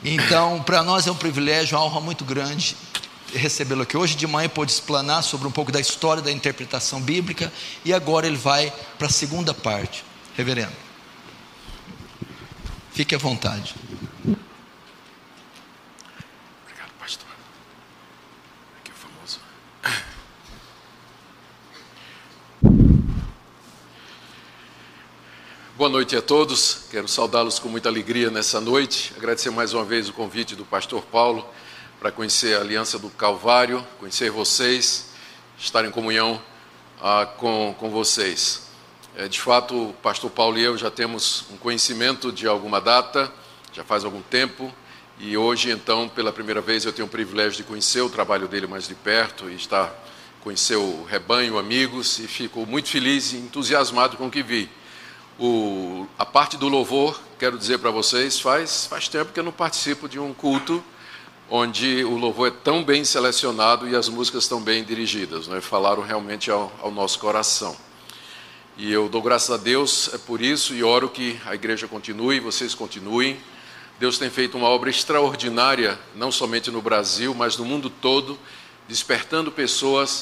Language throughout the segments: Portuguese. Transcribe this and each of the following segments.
Então, para nós é um privilégio, uma honra muito grande recebê-lo aqui. Hoje de manhã pôde explanar sobre um pouco da história da interpretação bíblica, e agora ele vai para a segunda parte. Reverendo, fique à vontade. Obrigado, pastor. Aqui o famoso. Boa noite a todos, quero saudá-los com muita alegria nessa noite, agradecer mais uma vez o convite do pastor Paulo para conhecer a Aliança do Calvário, conhecer vocês, estar em comunhão com vocês. De fato, o pastor Paulo e eu já temos um conhecimento de alguma data, já faz algum tempo, e hoje então, pela primeira vez, eu tenho o privilégio de conhecer o trabalho dele mais de perto, e conhecer o rebanho, amigos, e fico muito feliz e entusiasmado com o que vi. A parte do louvor, quero dizer para vocês, faz tempo que eu não participo de um culto onde o louvor é tão bem selecionado e as músicas tão bem dirigidas, né? Falaram realmente ao nosso coração. E eu dou graças a Deus por isso e oro que a igreja continue, vocês continuem. Deus tem feito uma obra extraordinária, não somente no Brasil, mas no mundo todo, despertando pessoas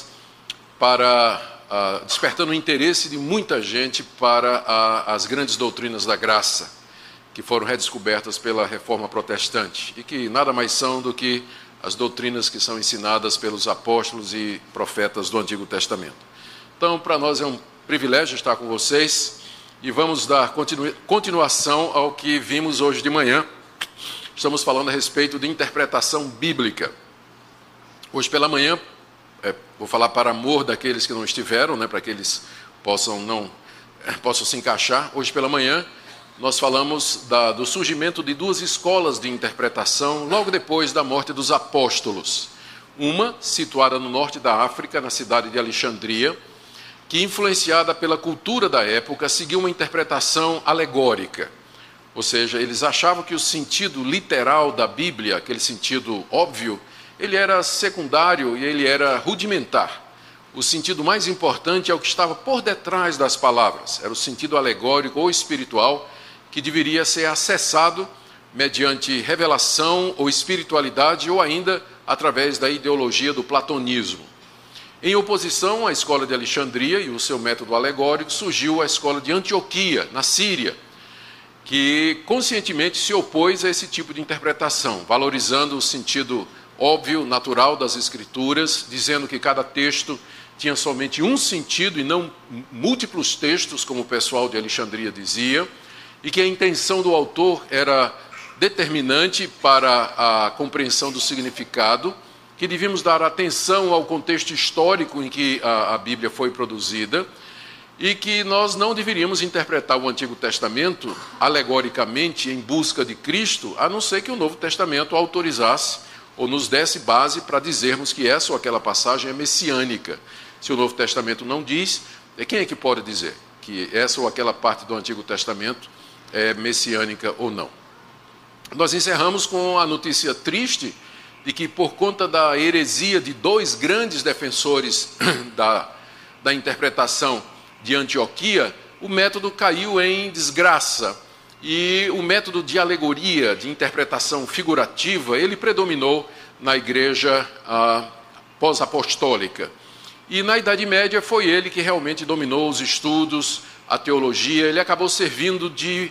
despertando o interesse de muita gente para as grandes doutrinas da graça, que foram redescobertas pela Reforma Protestante, e que nada mais são do que as doutrinas que são ensinadas pelos apóstolos e profetas do Antigo Testamento. Então, para nós é um privilégio estar com vocês, e vamos dar continuação ao que vimos hoje de manhã. Estamos falando a respeito de interpretação bíblica. Hoje pela manhã, vou falar para amor daqueles que não estiveram, né, para que eles possam se encaixar. Hoje pela manhã nós falamos do surgimento de duas escolas de interpretação logo depois da morte dos apóstolos. Uma situada no norte da África, na cidade de Alexandria, que, influenciada pela cultura da época, seguiu uma interpretação alegórica. Ou seja, eles achavam que o sentido literal da Bíblia, aquele sentido óbvio, ele era secundário e ele era rudimentar. O sentido mais importante é o que estava por detrás das palavras. Era o sentido alegórico ou espiritual que deveria ser acessado mediante revelação ou espiritualidade ou ainda através da ideologia do platonismo. Em oposição à escola de Alexandria e o seu método alegórico, surgiu a escola de Antioquia, na Síria, que conscientemente se opôs a esse tipo de interpretação, valorizando o sentido óbvio, natural das Escrituras, dizendo que cada texto tinha somente um sentido e não múltiplos textos, como o pessoal de Alexandria dizia, e que a intenção do autor era determinante para a compreensão do significado, que devíamos dar atenção ao contexto histórico em que a Bíblia foi produzida, e que nós não deveríamos interpretar o Antigo Testamento alegoricamente em busca de Cristo, a não ser que o Novo Testamento autorizasse ou nos desse base para dizermos que essa ou aquela passagem é messiânica. Se o Novo Testamento não diz, quem é que pode dizer que essa ou aquela parte do Antigo Testamento é messiânica ou não? Nós encerramos com a notícia triste de que, por conta da heresia de dois grandes defensores da interpretação de Antioquia, o método caiu em desgraça. E o método de alegoria, de interpretação figurativa, ele predominou na igreja pós-apostólica. E na Idade Média foi ele que realmente dominou os estudos, a teologia. Ele acabou servindo de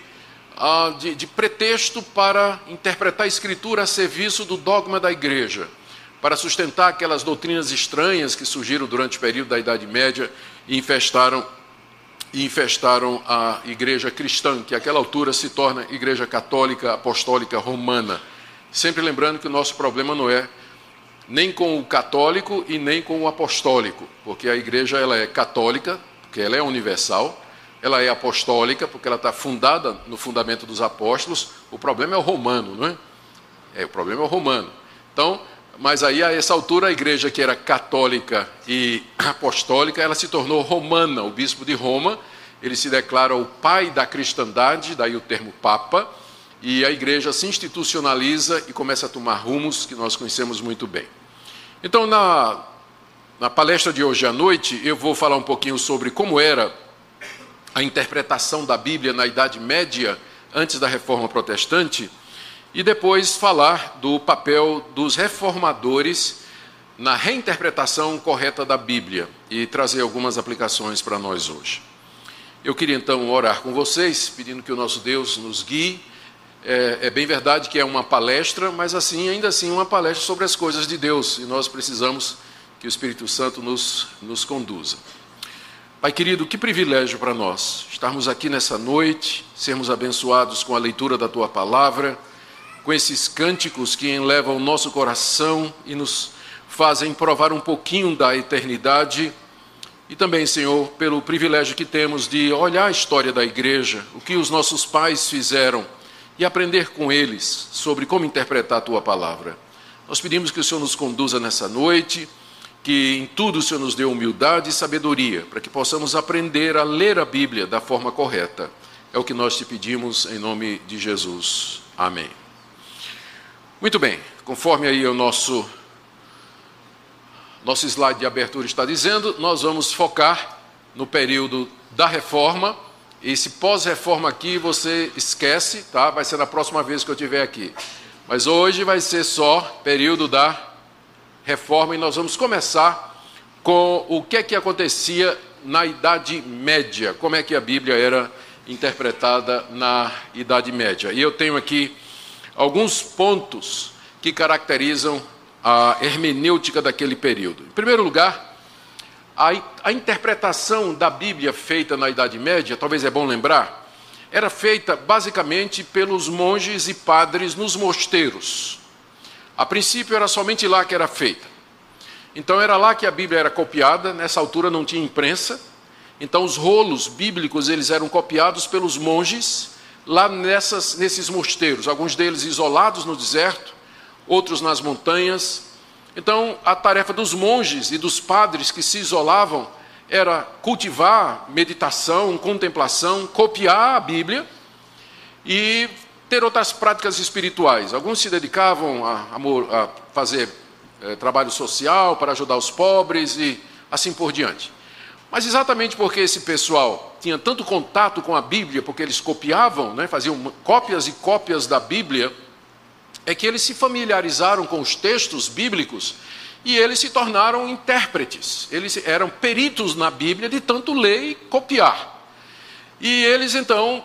pretexto para interpretar a Escritura a serviço do dogma da igreja, para sustentar aquelas doutrinas estranhas que surgiram durante o período da Idade Média e infestaram a igreja cristã, que àquela altura se torna igreja católica apostólica romana. Sempre lembrando que o nosso problema não é nem com o católico e nem com o apostólico, porque a igreja ela é católica, porque ela é universal, ela é apostólica, porque ela está fundada no fundamento dos apóstolos. O problema é o romano, não é? O problema é o romano. Então, mas aí a essa altura a igreja que era católica e apostólica, ela se tornou romana. O bispo de Roma, ele se declara o pai da cristandade, daí o termo papa, e a igreja se institucionaliza e começa a tomar rumos que nós conhecemos muito bem. Então, na palestra de hoje à noite, eu vou falar um pouquinho sobre como era a interpretação da Bíblia na Idade Média, antes da Reforma Protestante, e depois falar do papel dos reformadores na reinterpretação correta da Bíblia e trazer algumas aplicações para nós hoje. Eu queria então orar com vocês, pedindo que o nosso Deus nos guie. É bem verdade que é uma palestra, mas ainda assim uma palestra sobre as coisas de Deus, e nós precisamos que o Espírito Santo nos conduza. Pai querido, que privilégio para nós estarmos aqui nessa noite, sermos abençoados com a leitura da Tua Palavra, com esses cânticos que elevam o nosso coração e nos fazem provar um pouquinho da eternidade, e também, Senhor, pelo privilégio que temos de olhar a história da igreja, o que os nossos pais fizeram, e aprender com eles sobre como interpretar a Tua Palavra. Nós pedimos que o Senhor nos conduza nessa noite, que em tudo o Senhor nos dê humildade e sabedoria, para que possamos aprender a ler a Bíblia da forma correta. É o que nós te pedimos em nome de Jesus. Amém. Muito bem, conforme aí o nosso slide de abertura está dizendo, nós vamos focar no período da Reforma. Esse pós-reforma aqui você esquece, tá? Vai ser na próxima vez que eu estiver aqui. Mas hoje vai ser só período da Reforma e nós vamos começar com o que é que acontecia na Idade Média, como é que a Bíblia era interpretada na Idade Média. E eu tenho aqui alguns pontos que caracterizam a hermenêutica daquele período. Em primeiro lugar, a interpretação da Bíblia feita na Idade Média, talvez é bom lembrar, era feita basicamente pelos monges e padres nos mosteiros. A princípio era somente lá que era feita. Então era lá que a Bíblia era copiada, nessa altura não tinha imprensa, então os rolos bíblicos eles eram copiados pelos monges lá nesses mosteiros, alguns deles isolados no deserto, outros nas montanhas. Então, a tarefa dos monges e dos padres que se isolavam era cultivar meditação, contemplação, copiar a Bíblia e ter outras práticas espirituais. Alguns se dedicavam a fazer trabalho social para ajudar os pobres e assim por diante. Mas exatamente porque esse pessoal tinha tanto contato com a Bíblia, porque eles copiavam, faziam cópias e cópias da Bíblia, é que eles se familiarizaram com os textos bíblicos e eles se tornaram intérpretes. Eles eram peritos na Bíblia de tanto ler e copiar. E eles, então,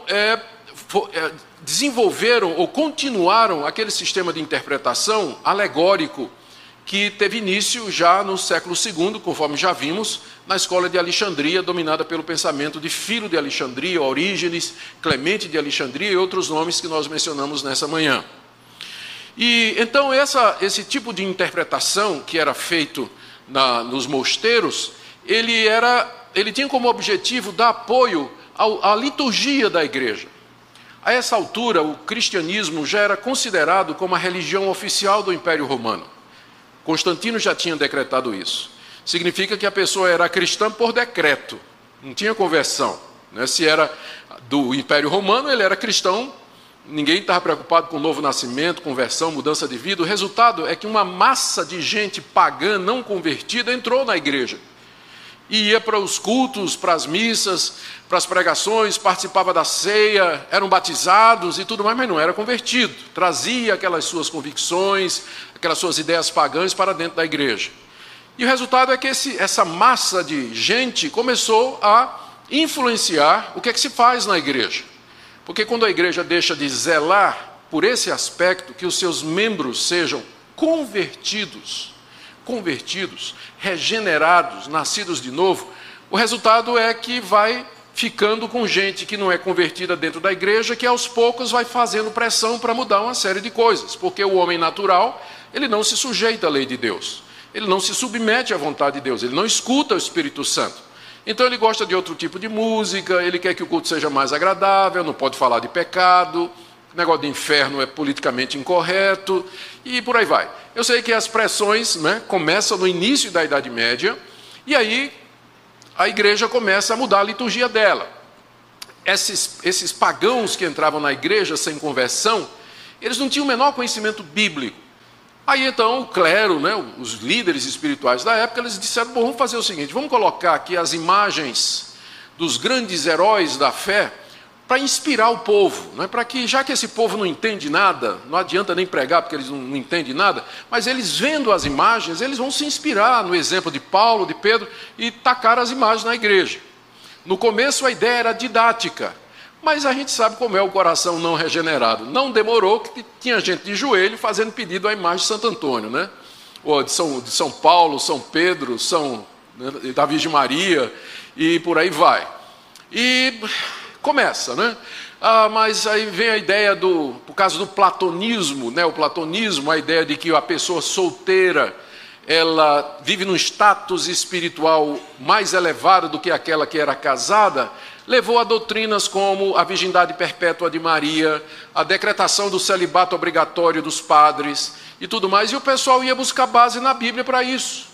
desenvolveram ou continuaram aquele sistema de interpretação alegórico que teve início já no século II, conforme já vimos, na escola de Alexandria, dominada pelo pensamento de Filo de Alexandria, Orígenes, Clemente de Alexandria e outros nomes que nós mencionamos nessa manhã. E então esse tipo de interpretação que era feito nos mosteiros, ele tinha como objetivo dar apoio à liturgia da igreja. A essa altura, o cristianismo já era considerado como a religião oficial do Império Romano. Constantino já tinha decretado isso. Significa que a pessoa era cristã por decreto, não tinha conversão. Se era do Império Romano, ele era cristão. Ninguém estava preocupado com o novo nascimento, conversão, mudança de vida. O resultado é que uma massa de gente pagã, não convertida, entrou na igreja. E ia para os cultos, para as missas, para as pregações, participava da ceia, eram batizados e tudo mais, mas não era convertido. Trazia aquelas suas convicções, aquelas suas ideias pagãs para dentro da igreja. E o resultado é que essa massa de gente começou a influenciar o que é que se faz na igreja. Porque quando a igreja deixa de zelar por esse aspecto, que os seus membros sejam convertidos, regenerados, nascidos de novo, o resultado é que vai ficando com gente que não é convertida dentro da igreja, que aos poucos vai fazendo pressão para mudar uma série de coisas. Porque o homem natural, ele não se sujeita à lei de Deus, ele não se submete à vontade de Deus, ele não escuta o Espírito Santo. Então ele gosta de outro tipo de música, ele quer que o culto seja mais agradável, não pode falar de pecado, o negócio de inferno é politicamente incorreto, e por aí vai. Eu sei que as pressões começam no início da Idade Média, e aí a igreja começa a mudar a liturgia dela. Esses pagãos que entravam na igreja sem conversão, eles não tinham o menor conhecimento bíblico. Aí então o clero, os líderes espirituais da época, eles disseram, bom, vamos fazer o seguinte, vamos colocar aqui as imagens dos grandes heróis da fé inspirar o povo, não é? Para que, já que esse povo não entende nada, não adianta nem pregar porque eles não entendem nada, mas eles vendo as imagens, eles vão se inspirar no exemplo de Paulo, de Pedro, e tacar as imagens na igreja. No começo a ideia era didática, mas a gente sabe como é o coração não regenerado. Não demorou que tinha gente de joelho fazendo pedido à imagem de Santo Antônio, né? Ou de São Paulo, São Pedro, da Virgem Maria, e por aí vai. E começa, né? Mas aí vem a ideia por causa do platonismo, né? O platonismo, a ideia de que a pessoa solteira, ela vive num status espiritual mais elevado do que aquela que era casada, levou a doutrinas como a virgindade perpétua de Maria, a decretação do celibato obrigatório dos padres e tudo mais, e o pessoal ia buscar base na Bíblia para isso.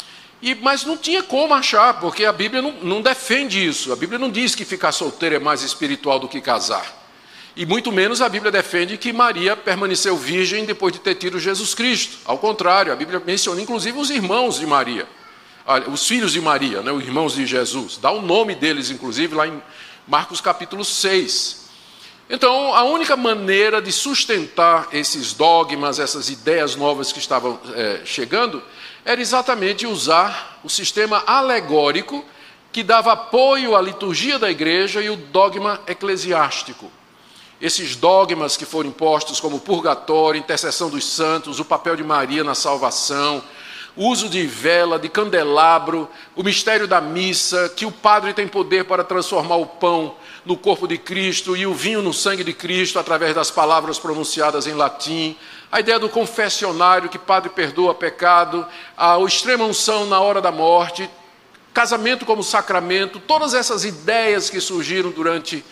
Mas não tinha como achar, porque a Bíblia não defende isso. A Bíblia não diz que ficar solteiro é mais espiritual do que casar. E muito menos a Bíblia defende que Maria permaneceu virgem depois de ter tido Jesus Cristo. Ao contrário, a Bíblia menciona inclusive os irmãos de Maria, os filhos de Maria, né, os irmãos de Jesus. Dá o nome deles, inclusive, lá em Marcos capítulo 6. Então, a única maneira de sustentar esses dogmas, essas ideias novas que estavam chegando, era exatamente usar o sistema alegórico que dava apoio à liturgia da igreja e o dogma eclesiástico. Esses dogmas que foram impostos como purgatório, intercessão dos santos, o papel de Maria na salvação, o uso de vela, de candelabro, o mistério da missa, que o padre tem poder para transformar o pão no corpo de Cristo e o vinho no sangue de Cristo através das palavras pronunciadas em latim, a ideia do confessionário, que padre perdoa pecado, a extrema unção na hora da morte, casamento como sacramento, todas essas ideias que surgiram durante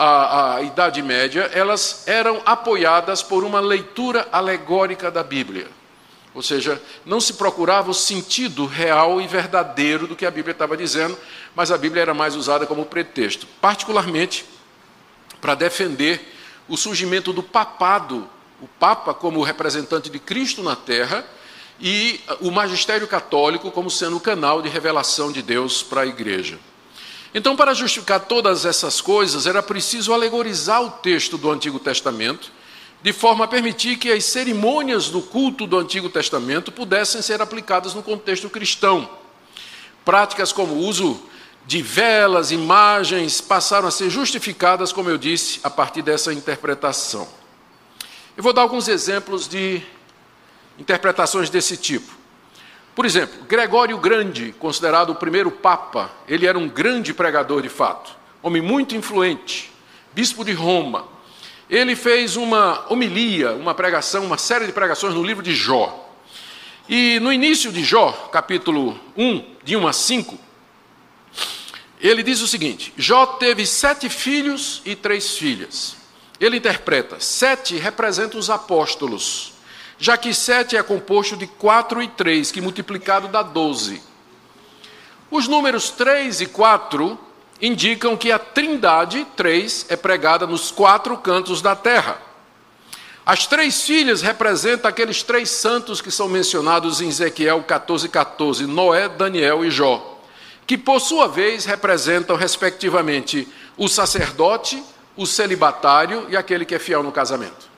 a Idade Média, elas eram apoiadas por uma leitura alegórica da Bíblia. Ou seja, não se procurava o sentido real e verdadeiro do que a Bíblia estava dizendo, mas a Bíblia era mais usada como pretexto, particularmente para defender o surgimento do papado, o Papa como representante de Cristo na Terra e o magistério católico como sendo o canal de revelação de Deus para a Igreja. Então, para justificar todas essas coisas, era preciso alegorizar o texto do Antigo Testamento, de forma a permitir que as cerimônias do culto do Antigo Testamento pudessem ser aplicadas no contexto cristão. Práticas como o uso de velas, imagens, passaram a ser justificadas, como eu disse, a partir dessa interpretação. Eu vou dar alguns exemplos de interpretações desse tipo. Por exemplo, Gregório o Grande, considerado o primeiro Papa, ele era um grande pregador de fato, homem muito influente, bispo de Roma. Ele fez uma homilia, uma pregação, uma série de pregações no livro de Jó. E no início de Jó, capítulo 1, de 1 a 5, ele diz o seguinte: Jó teve 7 filhos e 3 filhas. Ele interpreta, 7 representa os apóstolos, já que 7 é composto de 4 e 3, que multiplicado dá 12. Os números 3 e 4 indicam que a Trindade, 3, é pregada nos 4 cantos da terra. As 3 filhas representam aqueles 3 santos que são mencionados em Ezequiel 14:14, Noé, Daniel e Jó, que por sua vez representam respectivamente o sacerdote, o celibatário e aquele que é fiel no casamento.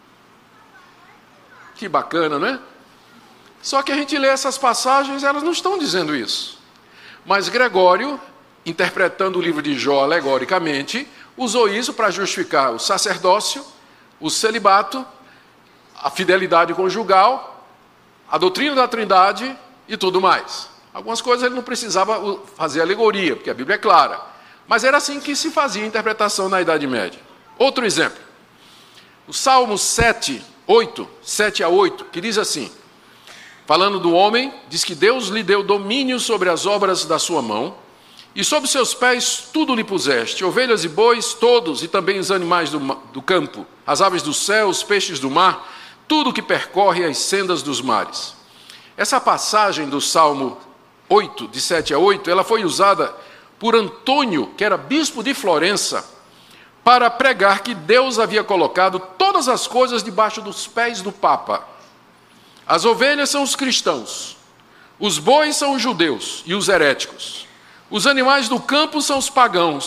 Que bacana, não é? Só que a gente lê essas passagens, elas não estão dizendo isso. Mas Gregório, interpretando o livro de Jó alegoricamente, usou isso para justificar o sacerdócio, o celibato, a fidelidade conjugal, a doutrina da Trindade e tudo mais. Algumas coisas ele não precisava fazer alegoria, porque a Bíblia é clara. Mas era assim que se fazia a interpretação na Idade Média. Outro exemplo, o Salmo 7 a 8, que diz assim, falando do homem, diz que Deus lhe deu domínio sobre as obras da sua mão, e sob seus pés tudo lhe puseste, ovelhas e bois, todos, e também os animais do campo, as aves do céu, os peixes do mar, tudo que percorre as sendas dos mares. Essa passagem do Salmo 8, de 7 a 8, ela foi usada por Antônio, que era bispo de Florença, para pregar que Deus havia colocado todas as coisas debaixo dos pés do Papa. As ovelhas são os cristãos, os bois são os judeus e os heréticos, os animais do campo são os pagãos,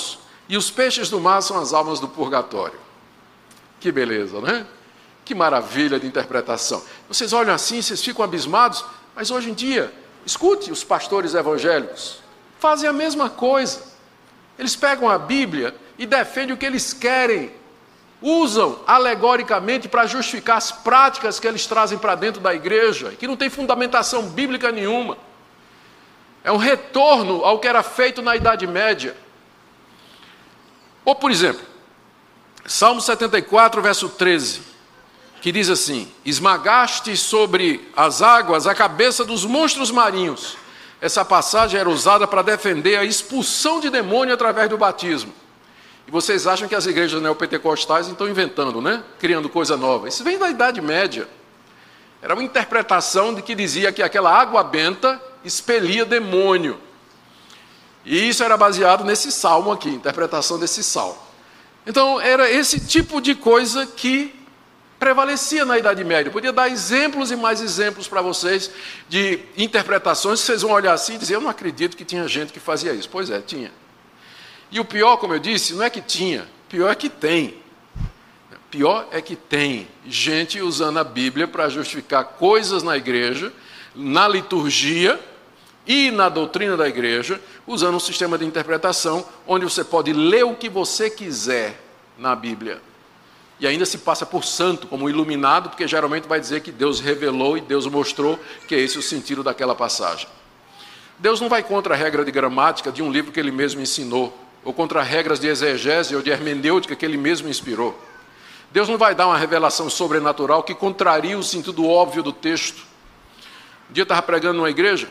E os peixes do mar são as almas do purgatório. Que beleza, né? Que maravilha de interpretação. Vocês olham assim, vocês ficam abismados, mas hoje em dia, escute, os pastores evangélicos fazem a mesma coisa. Eles pegam a Bíblia e defendem o que eles querem. Usam alegoricamente para justificar as práticas que eles trazem para dentro da igreja, que não tem fundamentação bíblica nenhuma. É um retorno ao que era feito na Idade Média. Ou, por exemplo, Salmo 74, verso 13, que diz assim: esmagaste sobre as águas a cabeça dos monstros marinhos. Essa passagem era usada para defender a expulsão de demônio através do batismo. E vocês acham que as igrejas neopentecostais estão inventando, né? Criando coisa nova. Isso vem da Idade Média. Era uma interpretação de que dizia que aquela água benta expelia demônio. E isso era baseado nesse salmo aqui, interpretação desse salmo. Então, era esse tipo de coisa que prevalecia na Idade Média. Eu podia dar exemplos e mais exemplos para vocês de interpretações que vocês vão olhar assim e dizer: eu não acredito que tinha gente que fazia isso. Pois é, tinha. E o pior, como eu disse, não é que tinha, pior é que tem. Pior é que tem gente usando a Bíblia para justificar coisas na igreja, na liturgia e na doutrina da igreja, usando um sistema de interpretação onde você pode ler o que você quiser na Bíblia. E ainda se passa por santo, como iluminado, porque geralmente vai dizer que Deus revelou e Deus mostrou que é esse o sentido daquela passagem. Deus não vai contra a regra de gramática de um livro que ele mesmo ensinou, ou contra regras de exegese ou de hermenêutica que ele mesmo inspirou. Deus não vai dar uma revelação sobrenatural que contraria o sentido óbvio do texto. Um dia eu estava pregando numa igreja,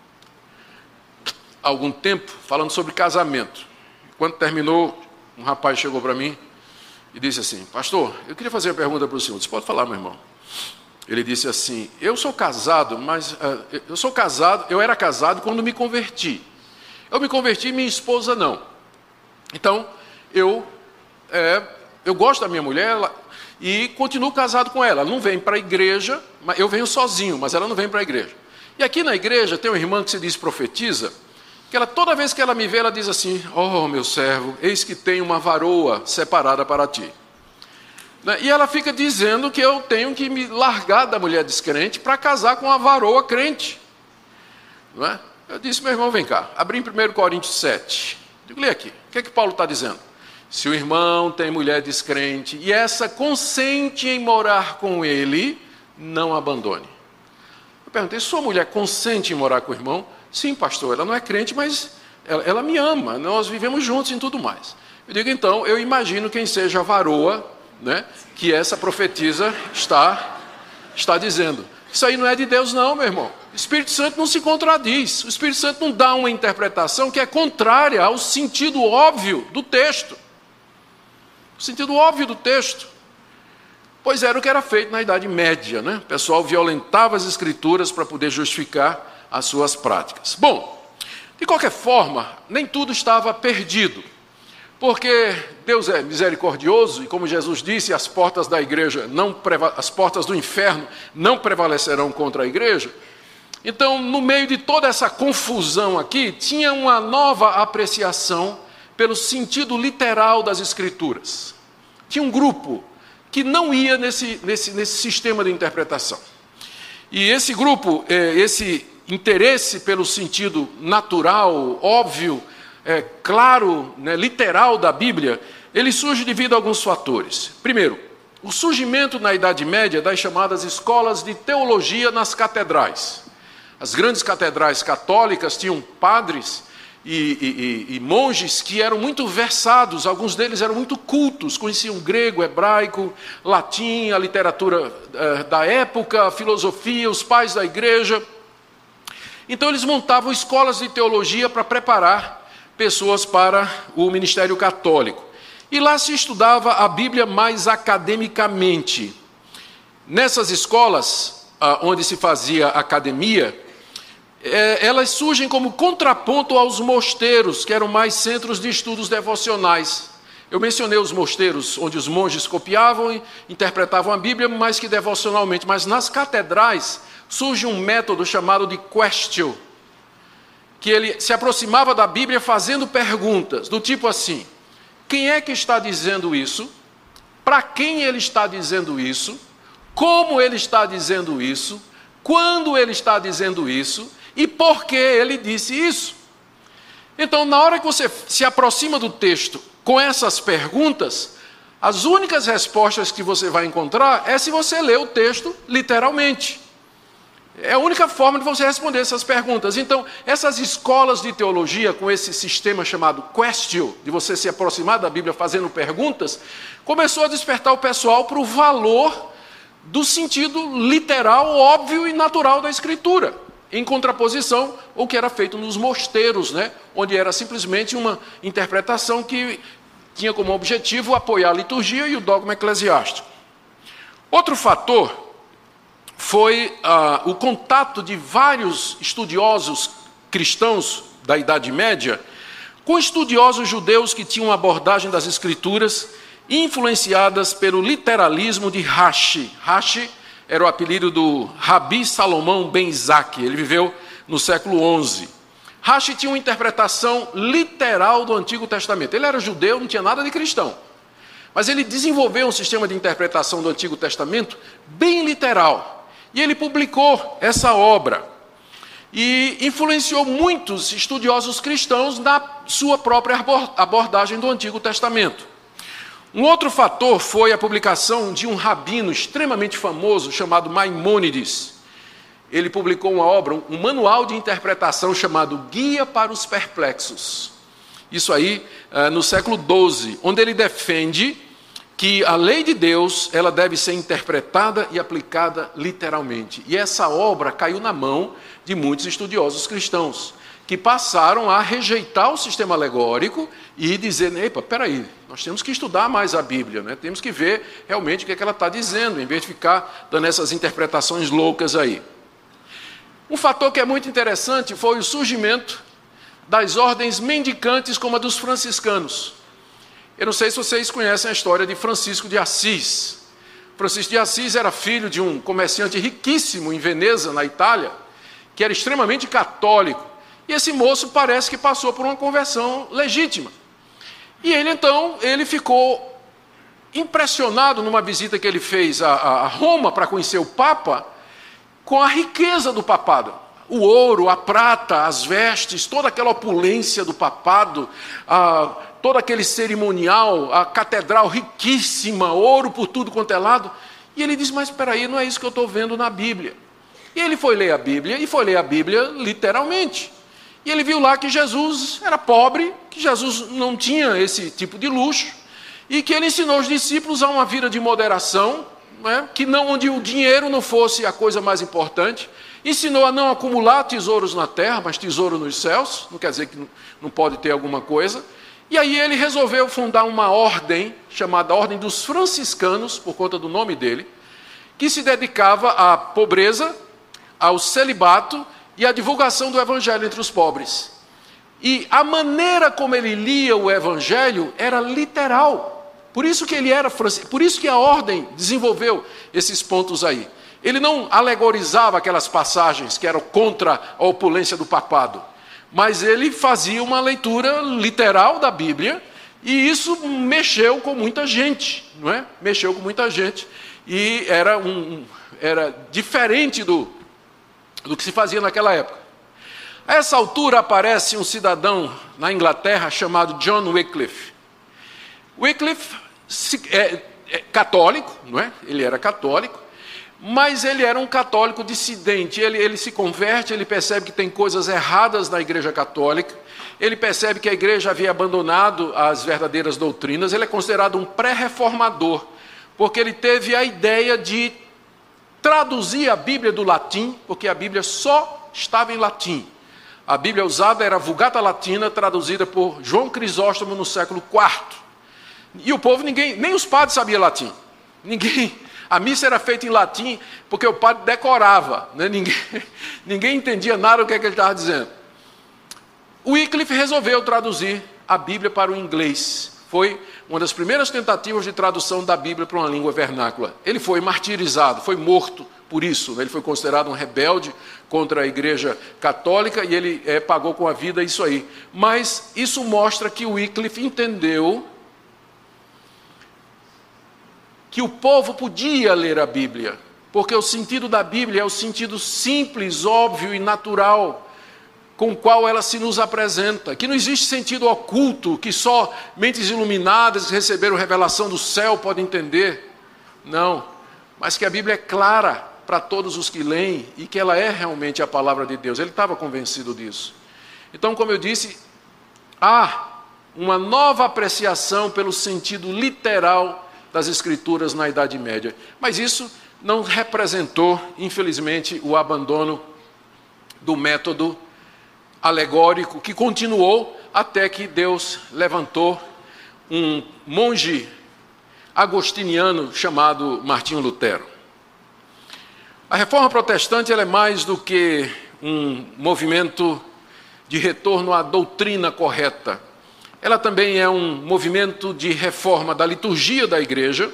há algum tempo, falando sobre casamento. Quando terminou, um rapaz chegou para mim e disse assim: pastor, eu queria fazer uma pergunta para o senhor. Você pode falar, meu irmão? Ele disse assim: eu sou casado, mas eu era casado quando me converti. Eu me converti e minha esposa não. Então, eu gosto da minha mulher e continuo casado com ela. Ela não vem para a igreja, eu venho sozinho, mas ela não vem para a igreja. E aqui na igreja tem uma irmã que se diz profetiza, que ela, toda vez que ela me vê, ela diz assim: oh, meu servo, eis que tem uma varoa separada para ti. E ela fica dizendo que eu tenho que me largar da mulher descrente para casar com a varoa crente. Não é? Eu disse: meu irmão, vem cá, abri em 1 Coríntios 7. Digo, lê aqui, o que é que Paulo está dizendo? Se o irmão tem mulher descrente e essa consente em morar com ele, não abandone. Eu perguntei: sua mulher consente em morar com o irmão? Sim, pastor, ela não é crente, mas ela me ama, nós vivemos juntos e tudo mais. Eu digo: então, eu imagino quem seja a varoa, né, que essa profetisa está dizendo. Isso aí não é de Deus não, meu irmão. O Espírito Santo não se contradiz. O Espírito Santo não dá uma interpretação que é contrária ao sentido óbvio do texto. O sentido óbvio do texto. Pois era o que era feito na Idade Média, né? O pessoal violentava as Escrituras para poder justificar as suas práticas. Bom, de qualquer forma, nem tudo estava perdido. Porque Deus é misericordioso e, como Jesus disse, as portas da igreja as portas do inferno não prevalecerão contra a igreja. Então, no meio de toda essa confusão aqui, tinha uma nova apreciação pelo sentido literal das Escrituras. Tinha um grupo que não ia nesse sistema de interpretação. E esse grupo, esse interesse pelo sentido natural, óbvio, claro, né, literal da Bíblia, ele surge devido a alguns fatores. Primeiro, o surgimento na Idade Média das chamadas escolas de teologia nas catedrais. As grandes catedrais católicas tinham padres e monges que eram muito versados, alguns deles eram muito cultos, conheciam grego, hebraico, latim, a literatura da época, a filosofia, os pais da igreja. Então eles montavam escolas de teologia para preparar pessoas para o ministério católico. E lá se estudava a Bíblia mais academicamente. Nessas escolas, onde se fazia academia, elas surgem como contraponto aos mosteiros, que eram mais centros de estudos devocionais. Eu mencionei os mosteiros, onde os monges copiavam e interpretavam a Bíblia, mais que devocionalmente. Mas nas catedrais surge um método chamado de quaestio, que ele se aproximava da Bíblia fazendo perguntas, do tipo assim: quem é que está dizendo isso, para quem ele está dizendo isso, como ele está dizendo isso, quando ele está dizendo isso e por que ele disse isso. Então, na hora que você se aproxima do texto com essas perguntas, as únicas respostas que você vai encontrar é se você ler o texto literalmente. É a única forma de você responder essas perguntas. Então, essas escolas de teologia, com esse sistema chamado Questio, de você se aproximar da Bíblia fazendo perguntas, começou a despertar o pessoal para o valor do sentido literal, óbvio e natural da Escritura, em contraposição ao que era feito nos mosteiros, né? Onde era simplesmente uma interpretação que tinha como objetivo apoiar a liturgia e o dogma eclesiástico. Outro fator foi o contato de vários estudiosos cristãos da Idade Média com estudiosos judeus que tinham uma abordagem das Escrituras influenciadas pelo literalismo de Rashi. Rashi era o apelido do Rabi Salomão ben Isaac, ele viveu no século XI. Rashi tinha uma interpretação literal do Antigo Testamento. Ele era judeu, não tinha nada de cristão. Mas ele desenvolveu um sistema de interpretação do Antigo Testamento bem literal. E ele publicou essa obra. E influenciou muitos estudiosos cristãos na sua própria abordagem do Antigo Testamento. Um outro fator foi a publicação de um rabino extremamente famoso chamado Maimônides. Ele publicou uma obra, um manual de interpretação chamado Guia para os Perplexos. Isso aí no século XII, onde ele defende que a lei de Deus ela deve ser interpretada e aplicada literalmente. E essa obra caiu na mão de muitos estudiosos cristãos, que passaram a rejeitar o sistema alegórico e dizer, epa, peraí, nós temos que estudar mais a Bíblia, né? Temos que ver realmente o que ela está dizendo, em vez de ficar dando essas interpretações loucas aí. Um fator que é muito interessante foi o surgimento das ordens mendicantes como a dos franciscanos. Eu não sei se vocês conhecem a história de Francisco de Assis. Francisco de Assis era filho de um comerciante riquíssimo em Veneza, na Itália, que era extremamente católico. E esse moço parece que passou por uma conversão legítima. E ele ficou impressionado numa visita que ele fez a Roma para conhecer o Papa, com a riqueza do papado. O ouro, a prata, as vestes, toda aquela opulência do papado, todo aquele cerimonial, a catedral riquíssima, ouro por tudo quanto é lado. E ele diz, mas espera aí, não é isso que eu estou vendo na Bíblia. E ele foi ler a Bíblia, e foi ler a Bíblia literalmente. E ele viu lá que Jesus era pobre, que Jesus não tinha esse tipo de luxo, e que ele ensinou os discípulos a uma vida de moderação, né, que não, onde o dinheiro não fosse a coisa mais importante. Ensinou a não acumular tesouros na terra, mas tesouro nos céus, não quer dizer que não pode ter alguma coisa. E aí ele resolveu fundar uma ordem, chamada Ordem dos Franciscanos, por conta do nome dele, que se dedicava à pobreza, ao celibato e à divulgação do evangelho entre os pobres. E a maneira como ele lia o evangelho era literal. Por isso que a ordem desenvolveu esses pontos aí. Ele não alegorizava aquelas passagens que eram contra a opulência do papado, mas ele fazia uma leitura literal da Bíblia, e isso mexeu com muita gente, não é? Mexeu com muita gente, e era diferente do que se fazia naquela época. A essa altura aparece um cidadão na Inglaterra chamado John Wycliffe. Wycliffe é católico, não é? Ele era católico, mas ele era um católico dissidente. Ele se converte, ele percebe que tem coisas erradas na Igreja Católica, ele percebe que a Igreja havia abandonado as verdadeiras doutrinas. Ele é considerado um pré-reformador, porque ele teve a ideia de traduzir a Bíblia do latim, porque a Bíblia só estava em latim. A Bíblia usada era a Vulgata Latina, traduzida por João Crisóstomo no século IV. E o povo, nem os padres sabiam latim. A missa era feita em latim, porque o padre decorava, né? Ninguém entendia nada do que ele estava dizendo. O Wycliffe resolveu traduzir a Bíblia para o inglês. Foi uma das primeiras tentativas de tradução da Bíblia para uma língua vernácula. Ele foi martirizado, foi morto por isso, né? Ele foi considerado um rebelde contra a Igreja Católica, e ele pagou com a vida isso aí. Mas isso mostra que o Wycliffe entendeu que o povo podia ler a Bíblia, porque o sentido da Bíblia é o sentido simples, óbvio e natural com o qual ela se nos apresenta, que não existe sentido oculto, que só mentes iluminadas que receberam revelação do céu podem entender. Não, mas que a Bíblia é clara para todos os que leem e que ela é realmente a palavra de Deus. Ele estava convencido disso. Então, como eu disse, há uma nova apreciação pelo sentido literal das Escrituras na Idade Média. Mas isso não representou, infelizmente, o abandono do método alegórico, que continuou até que Deus levantou um monge agostiniano chamado Martinho Lutero. A Reforma Protestante ela é mais do que um movimento de retorno à doutrina correta. Ela também é um movimento de reforma da liturgia da Igreja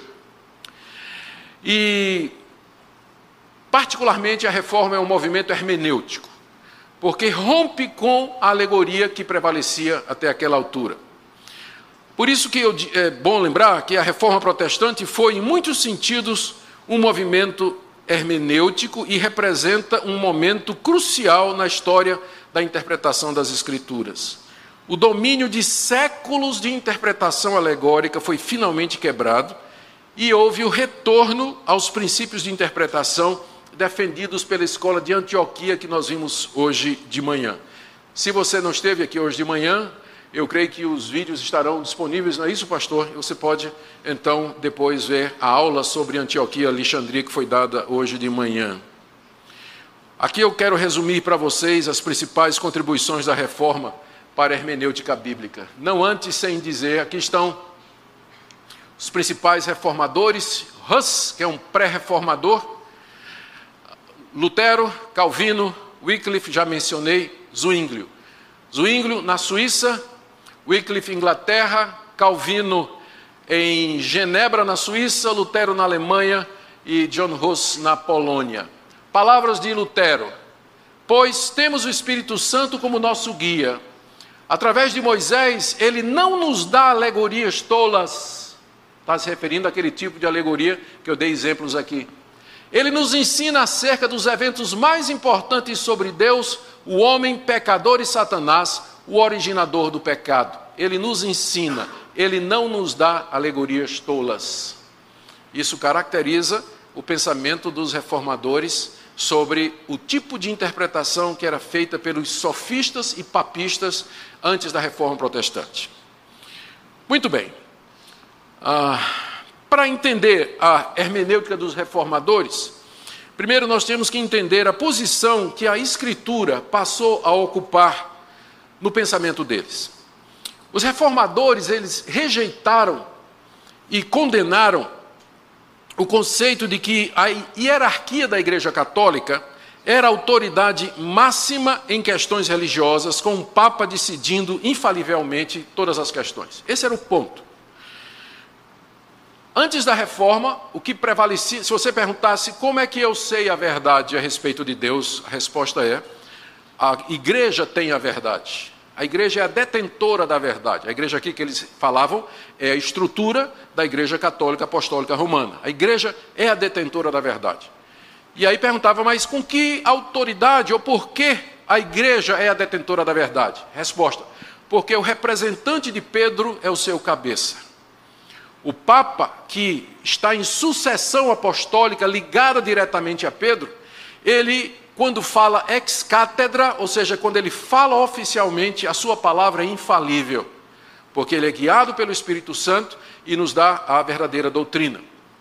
e, particularmente, a reforma é um movimento hermenêutico, porque rompe com a alegoria que prevalecia até aquela altura. Por isso que é bom lembrar que a Reforma Protestante foi, em muitos sentidos, um movimento hermenêutico e representa um momento crucial na história da interpretação das Escrituras. O domínio de séculos de interpretação alegórica foi finalmente quebrado e houve o retorno aos princípios de interpretação defendidos pela escola de Antioquia que nós vimos hoje de manhã. Se você não esteve aqui hoje de manhã, eu creio que os vídeos estarão disponíveis, não é isso, pastor? Você pode, então, depois ver a aula sobre Antioquia, Alexandria, que foi dada hoje de manhã. Aqui eu quero resumir para vocês as principais contribuições da reforma para a hermenêutica bíblica. Não antes sem dizer, aqui estão os principais reformadores, Hus, que é um pré-reformador, Lutero, Calvino, Wycliffe, já mencionei, Zwinglio. Zwinglio na Suíça, Wycliffe Inglaterra, Calvino em Genebra, na Suíça, Lutero na Alemanha e John Hus na Polônia. Palavras de Lutero: pois temos o Espírito Santo como nosso guia. Através de Moisés, ele não nos dá alegorias tolas. Está se referindo àquele tipo de alegoria que eu dei exemplos aqui. Ele nos ensina acerca dos eventos mais importantes sobre Deus, o homem, pecador e Satanás, o originador do pecado. Ele nos ensina, ele não nos dá alegorias tolas. Isso caracteriza o pensamento dos reformadores sobre o tipo de interpretação que era feita pelos sofistas e papistas antes da Reforma Protestante. Muito bem. Para entender a hermenêutica dos reformadores, primeiro nós temos que entender a posição que a Escritura passou a ocupar no pensamento deles. Os reformadores, eles rejeitaram e condenaram o conceito de que a hierarquia da Igreja Católica era a autoridade máxima em questões religiosas, com o Papa decidindo infalivelmente todas as questões. Esse era o ponto. Antes da reforma, o que prevalecia, se você perguntasse como é que eu sei a verdade a respeito de Deus, a resposta é: a igreja tem a verdade. A igreja é a detentora da verdade. A igreja aqui que eles falavam é a estrutura da Igreja Católica Apostólica Romana. A igreja é a detentora da verdade. E aí perguntava, mas com que autoridade ou por que a igreja é a detentora da verdade? Resposta: porque o representante de Pedro é o seu cabeça. O Papa, que está em sucessão apostólica ligada diretamente a Pedro, ele, quando fala ex cátedra, ou seja, quando ele fala oficialmente, a sua palavra é infalível, porque ele é guiado pelo Espírito Santo e nos dá a verdadeira doutrina.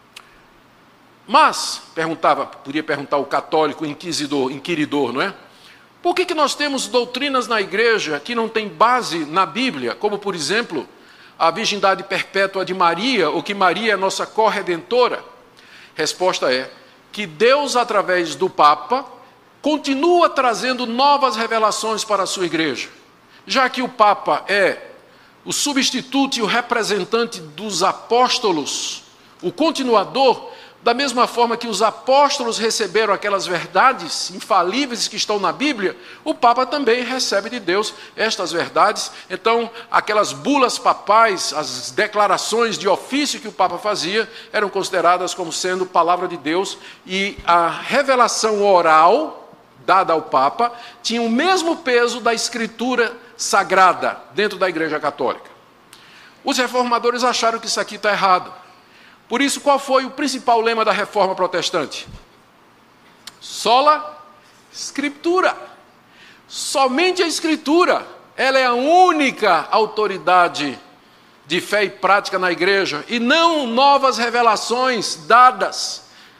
Mas, podia perguntar o católico inquiridor, não é? Por que nós temos doutrinas na igreja que não têm base na Bíblia, como, por exemplo, a virgindade perpétua de Maria, ou que Maria é nossa corredentora? Resposta é que Deus, através do Papa, continua trazendo novas revelações para a sua igreja. Já que o Papa é o substituto e o representante dos apóstolos, o continuador Da mesma forma que os apóstolos receberam aquelas verdades infalíveis que estão na Bíblia, o Papa também recebe de Deus estas verdades. Então, aquelas bulas papais, as declarações de ofício que o Papa fazia, eram consideradas como sendo palavra de Deus, e a revelação oral dada ao Papa tinha o mesmo peso da escritura sagrada dentro da Igreja Católica. Os reformadores acharam que isso aqui está errado. Por isso, qual foi o principal lema da Reforma Protestante? Sola Scriptura. Somente a Escritura, ela é a única autoridade de fé e prática na Igreja, e não novas revelações dadas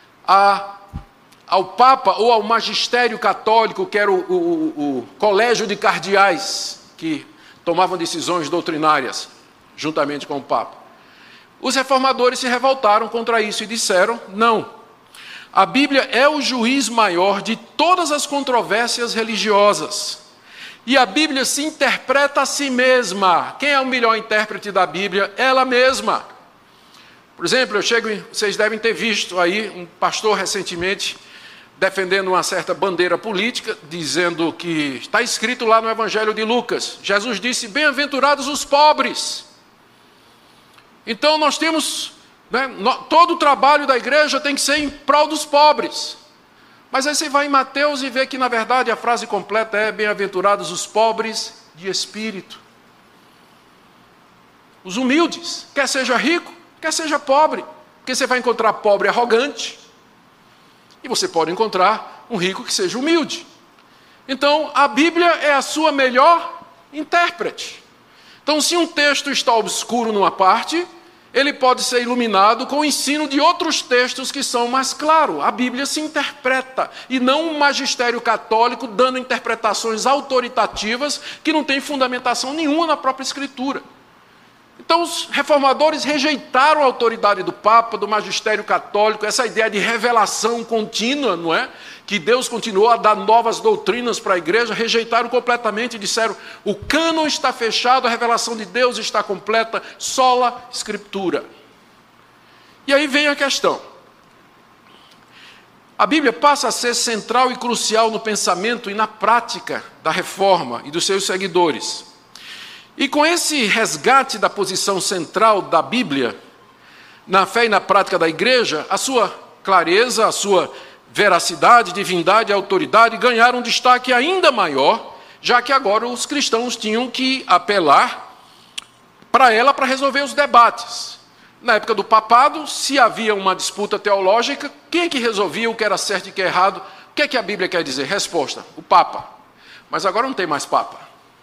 ao Papa ou ao magistério católico, que era o colégio de cardeais, que tomavam decisões doutrinárias, juntamente com o Papa. Os reformadores se revoltaram contra isso e disseram: não, a Bíblia é o juiz maior de todas as controvérsias religiosas. E a Bíblia se interpreta a si mesma. Quem é o melhor intérprete da Bíblia? Ela mesma. Por exemplo, vocês devem ter visto aí um pastor recentemente defendendo uma certa bandeira política, dizendo que está escrito lá no Evangelho de Lucas, Jesus disse: bem-aventurados os pobres. Então nós temos, todo o trabalho da igreja tem que ser em prol dos pobres. Mas aí você vai em Mateus e vê que na verdade a frase completa é: bem-aventurados os pobres de espírito. Os humildes, quer seja rico, quer seja pobre. Porque você vai encontrar pobre arrogante, e você pode encontrar um rico que seja humilde. Então a Bíblia é a sua melhor intérprete. Então, se um texto está obscuro numa parte, ele pode ser iluminado com o ensino de outros textos que são mais claros. A Bíblia se interpreta, e não um magistério católico dando interpretações autoritativas que não têm fundamentação nenhuma na própria Escritura. Então, os reformadores rejeitaram a autoridade do Papa, do magistério católico, essa ideia de revelação contínua, não é? Que Deus continuou a dar novas doutrinas para a igreja, rejeitaram completamente e disseram: o cânon está fechado, a revelação de Deus está completa, sola Scriptura. E aí vem a questão. A Bíblia passa a ser central e crucial no pensamento e na prática da reforma e dos seus seguidores. E com esse resgate da posição central da Bíblia, na fé e na prática da igreja, a sua clareza, a sua veracidade, divindade e autoridade ganharam um destaque ainda maior, já que agora os cristãos tinham que apelar para ela para resolver os debates. Na época do papado, se havia uma disputa teológica, quem é que resolvia o que era certo e o que é errado? O que é que a Bíblia quer dizer? Resposta: o Papa. Mas agora não tem mais Papa.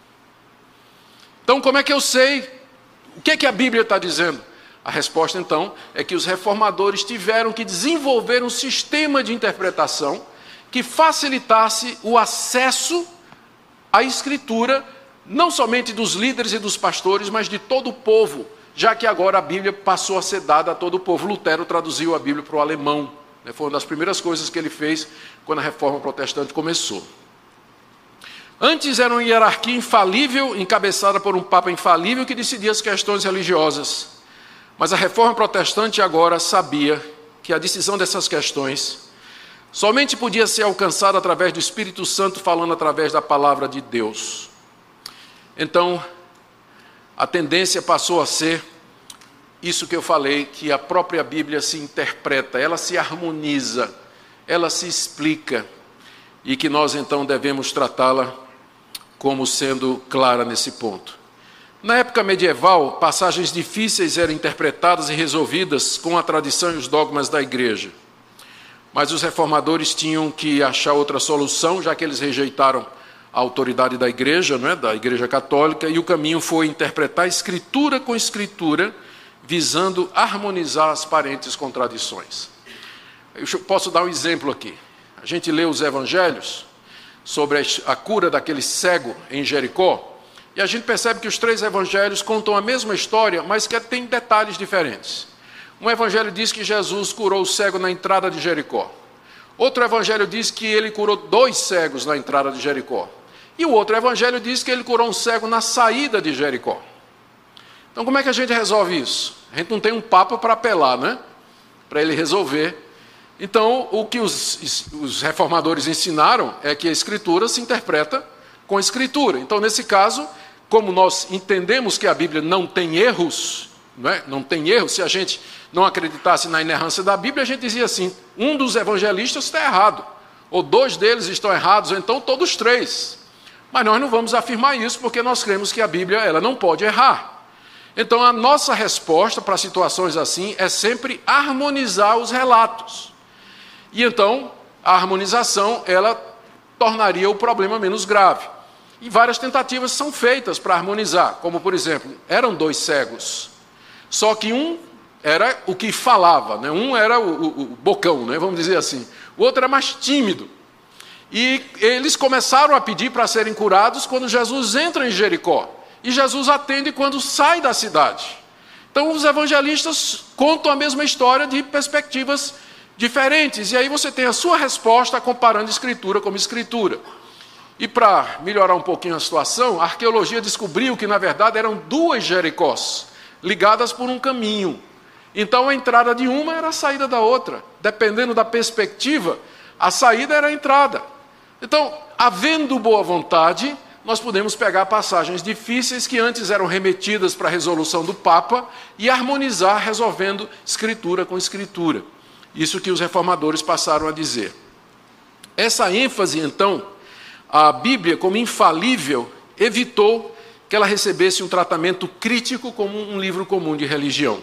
Então, como é que eu sei o que é que a Bíblia está dizendo? A resposta, então, é que os reformadores tiveram que desenvolver um sistema de interpretação que facilitasse o acesso à Escritura, não somente dos líderes e dos pastores, mas de todo o povo, já que agora a Bíblia passou a ser dada a todo o povo. Lutero traduziu a Bíblia para o alemão. Foi uma das primeiras coisas que ele fez quando a Reforma Protestante começou. Antes era uma hierarquia infalível, encabeçada por um Papa infalível que decidia as questões religiosas. Mas a Reforma Protestante agora sabia que a decisão dessas questões somente podia ser alcançada através do Espírito Santo, falando através da palavra de Deus. Então, a tendência passou a ser isso que eu falei, que a própria Bíblia se interpreta, ela se harmoniza, ela se explica, e que nós então devemos tratá-la como sendo clara nesse ponto. Na época medieval, passagens difíceis eram interpretadas e resolvidas com a tradição e os dogmas da igreja. Mas os reformadores tinham que achar outra solução, já que eles rejeitaram a autoridade da igreja, não é? Da igreja católica, e o caminho foi interpretar Escritura com Escritura, visando harmonizar as aparentes contradições. Eu posso dar um exemplo aqui. A gente lê os evangelhos sobre a cura daquele cego em Jericó, e a gente percebe que os três evangelhos contam a mesma história, mas que tem detalhes diferentes. Um evangelho diz que Jesus curou o cego na entrada de Jericó. Outro evangelho diz que ele curou 2 cegos na entrada de Jericó. E o outro evangelho diz que ele curou um cego na saída de Jericó. Então como é que a gente resolve isso? A gente não tem um papa para apelar, né? Para ele resolver Então, o que os reformadores ensinaram é que a Escritura se interpreta com a Escritura. Então, nesse caso, como nós entendemos que a Bíblia não tem erros, não tem erros, se a gente não acreditasse na inerrância da Bíblia, a gente dizia assim, um dos evangelistas está errado, ou 2 deles estão errados, ou então todos 3. Mas nós não vamos afirmar isso, porque nós cremos que a Bíblia ela não pode errar. Então, a nossa resposta para situações assim é sempre harmonizar os relatos. E então, a harmonização, ela tornaria o problema menos grave. E várias tentativas são feitas para harmonizar, como, por exemplo, eram 2 cegos, só que um era o que falava, né? Um era o bocão, né? Vamos dizer assim. O outro era mais tímido. E eles começaram a pedir para serem curados quando Jesus entra em Jericó. E Jesus atende quando sai da cidade. Então, os evangelistas contam a mesma história de perspectivas diferentes. E aí você tem a sua resposta comparando Escritura com Escritura. E para melhorar um pouquinho a situação, a arqueologia descobriu que, na verdade, eram 2 Jericós, ligadas por um caminho. Então, a entrada de uma era a saída da outra. Dependendo da perspectiva, a saída era a entrada. Então, havendo boa vontade, nós podemos pegar passagens difíceis que antes eram remetidas para a resolução do Papa e harmonizar, resolvendo Escritura com Escritura. Isso que os reformadores passaram a dizer. Essa ênfase, então, a Bíblia como infalível, evitou que ela recebesse um tratamento crítico como um livro comum de religião.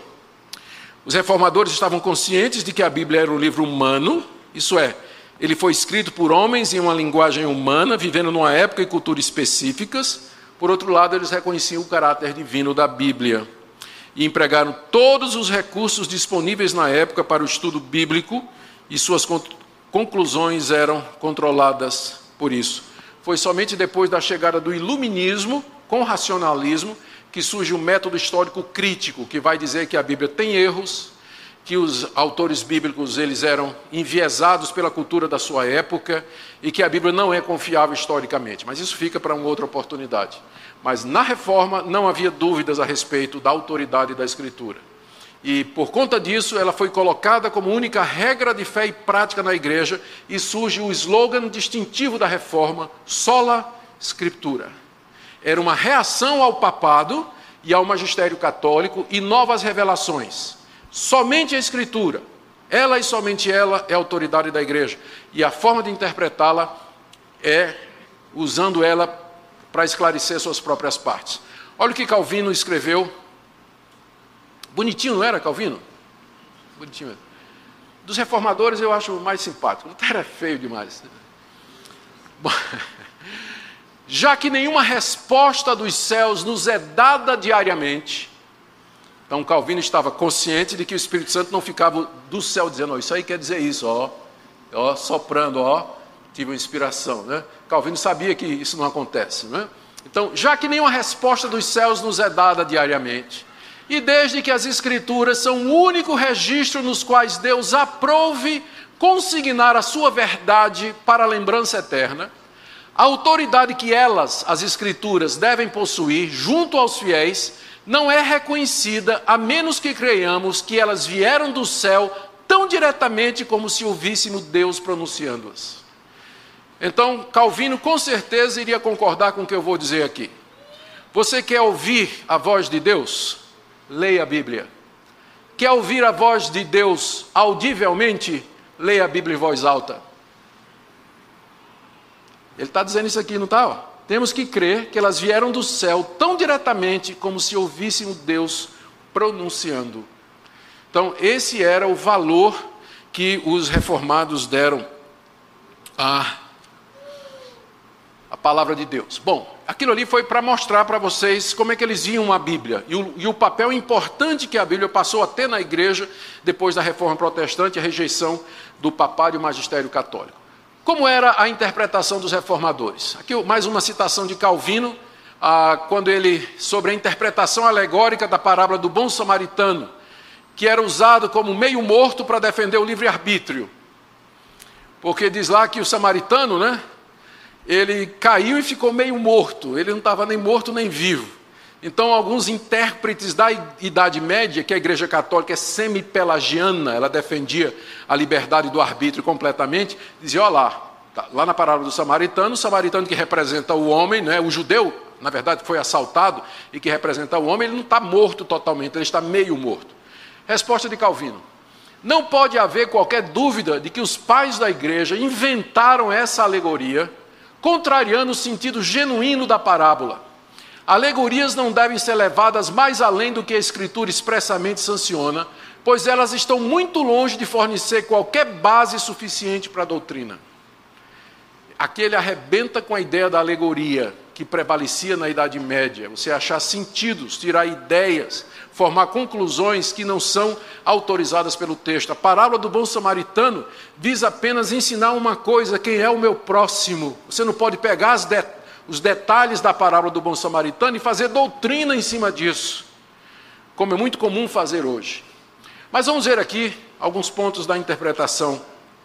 Os reformadores estavam conscientes de que a Bíblia era um livro humano, isso é, ele foi escrito por homens em uma linguagem humana, vivendo numa época e cultura específicas. Por outro lado, eles reconheciam o caráter divino da Bíblia e empregaram todos os recursos disponíveis na época para o estudo bíblico, e suas conclusões eram controladas por isso. Foi somente depois da chegada do iluminismo, com o racionalismo, que surge o método histórico crítico, que vai dizer que a Bíblia tem erros, que os autores bíblicos eles eram enviesados pela cultura da sua época e que a Bíblia não é confiável historicamente. Mas isso fica para uma outra oportunidade. Mas na Reforma não havia dúvidas a respeito da autoridade da Escritura. E por conta disso ela foi colocada como única regra de fé e prática na igreja e surge o slogan distintivo da Reforma, Sola Scriptura. Era uma reação ao papado e ao magistério católico e novas revelações. Somente a Escritura, ela e somente ela é a autoridade da igreja. E a forma de interpretá-la é usando ela para esclarecer suas próprias partes. Olha o que Calvino escreveu. Bonitinho, não era, Calvino? Bonitinho. Dos reformadores eu acho mais simpático. Lutero é feio demais. Bom, já que nenhuma resposta dos céus nos é dada diariamente, então Calvino estava consciente de que o Espírito Santo não ficava do céu dizendo, isso aí quer dizer isso, soprando, tive uma inspiração, né? Calvino sabia que isso não acontece, né? Então, já que nenhuma resposta dos céus nos é dada diariamente, e desde que as Escrituras são o único registro nos quais Deus aprove consignar a sua verdade para a lembrança eterna, a autoridade que elas, as Escrituras, devem possuir junto aos fiéis, não é reconhecida a menos que creiamos que elas vieram do céu tão diretamente como se ouvíssemos Deus pronunciando-as. Então, Calvino com certeza iria concordar com o que eu vou dizer aqui. Você quer ouvir a voz de Deus? Leia a Bíblia. Quer ouvir a voz de Deus audivelmente? Leia a Bíblia em voz alta. Ele está dizendo isso aqui, não está? Temos que crer que elas vieram do céu tão diretamente como se ouvíssemos Deus pronunciando. Então, esse era o valor que os reformados deram à palavra de Deus. Bom, aquilo ali foi para mostrar para vocês como é que eles viam a Bíblia e o papel importante que a Bíblia passou a ter na igreja depois da Reforma Protestante e a rejeição do papado e o magistério católico. Como era a interpretação dos reformadores? Aqui mais uma citação de Calvino, quando ele, sobre a interpretação alegórica da parábola do bom samaritano, que era usado como meio morto para defender o livre-arbítrio. Porque diz lá que o samaritano, né, ele caiu e ficou meio morto, ele não estava nem morto nem vivo. Então, alguns intérpretes da Idade Média, que a Igreja Católica é semi-pelagiana, ela defendia a liberdade do arbítrio completamente, diziam, olha lá na parábola do samaritano, o samaritano que representa o homem, né, o judeu, na verdade, foi assaltado e que representa o homem, ele não está morto totalmente, ele está meio morto. Resposta de Calvino: não pode haver qualquer dúvida de que os pais da igreja inventaram essa alegoria, contrariando o sentido genuíno da parábola. Alegorias não devem ser levadas mais além do que a Escritura expressamente sanciona, pois elas estão muito longe de fornecer qualquer base suficiente para a doutrina. Aqui ele arrebenta com a ideia da alegoria, que prevalecia na Idade Média. Você achar sentidos, tirar ideias, formar conclusões que não são autorizadas pelo texto. A parábola do bom samaritano visa apenas ensinar uma coisa: quem é o meu próximo. Você não pode pegar os detalhes da parábola do bom samaritano e fazer doutrina em cima disso, como é muito comum fazer hoje. Mas vamos ver aqui alguns pontos da interpretação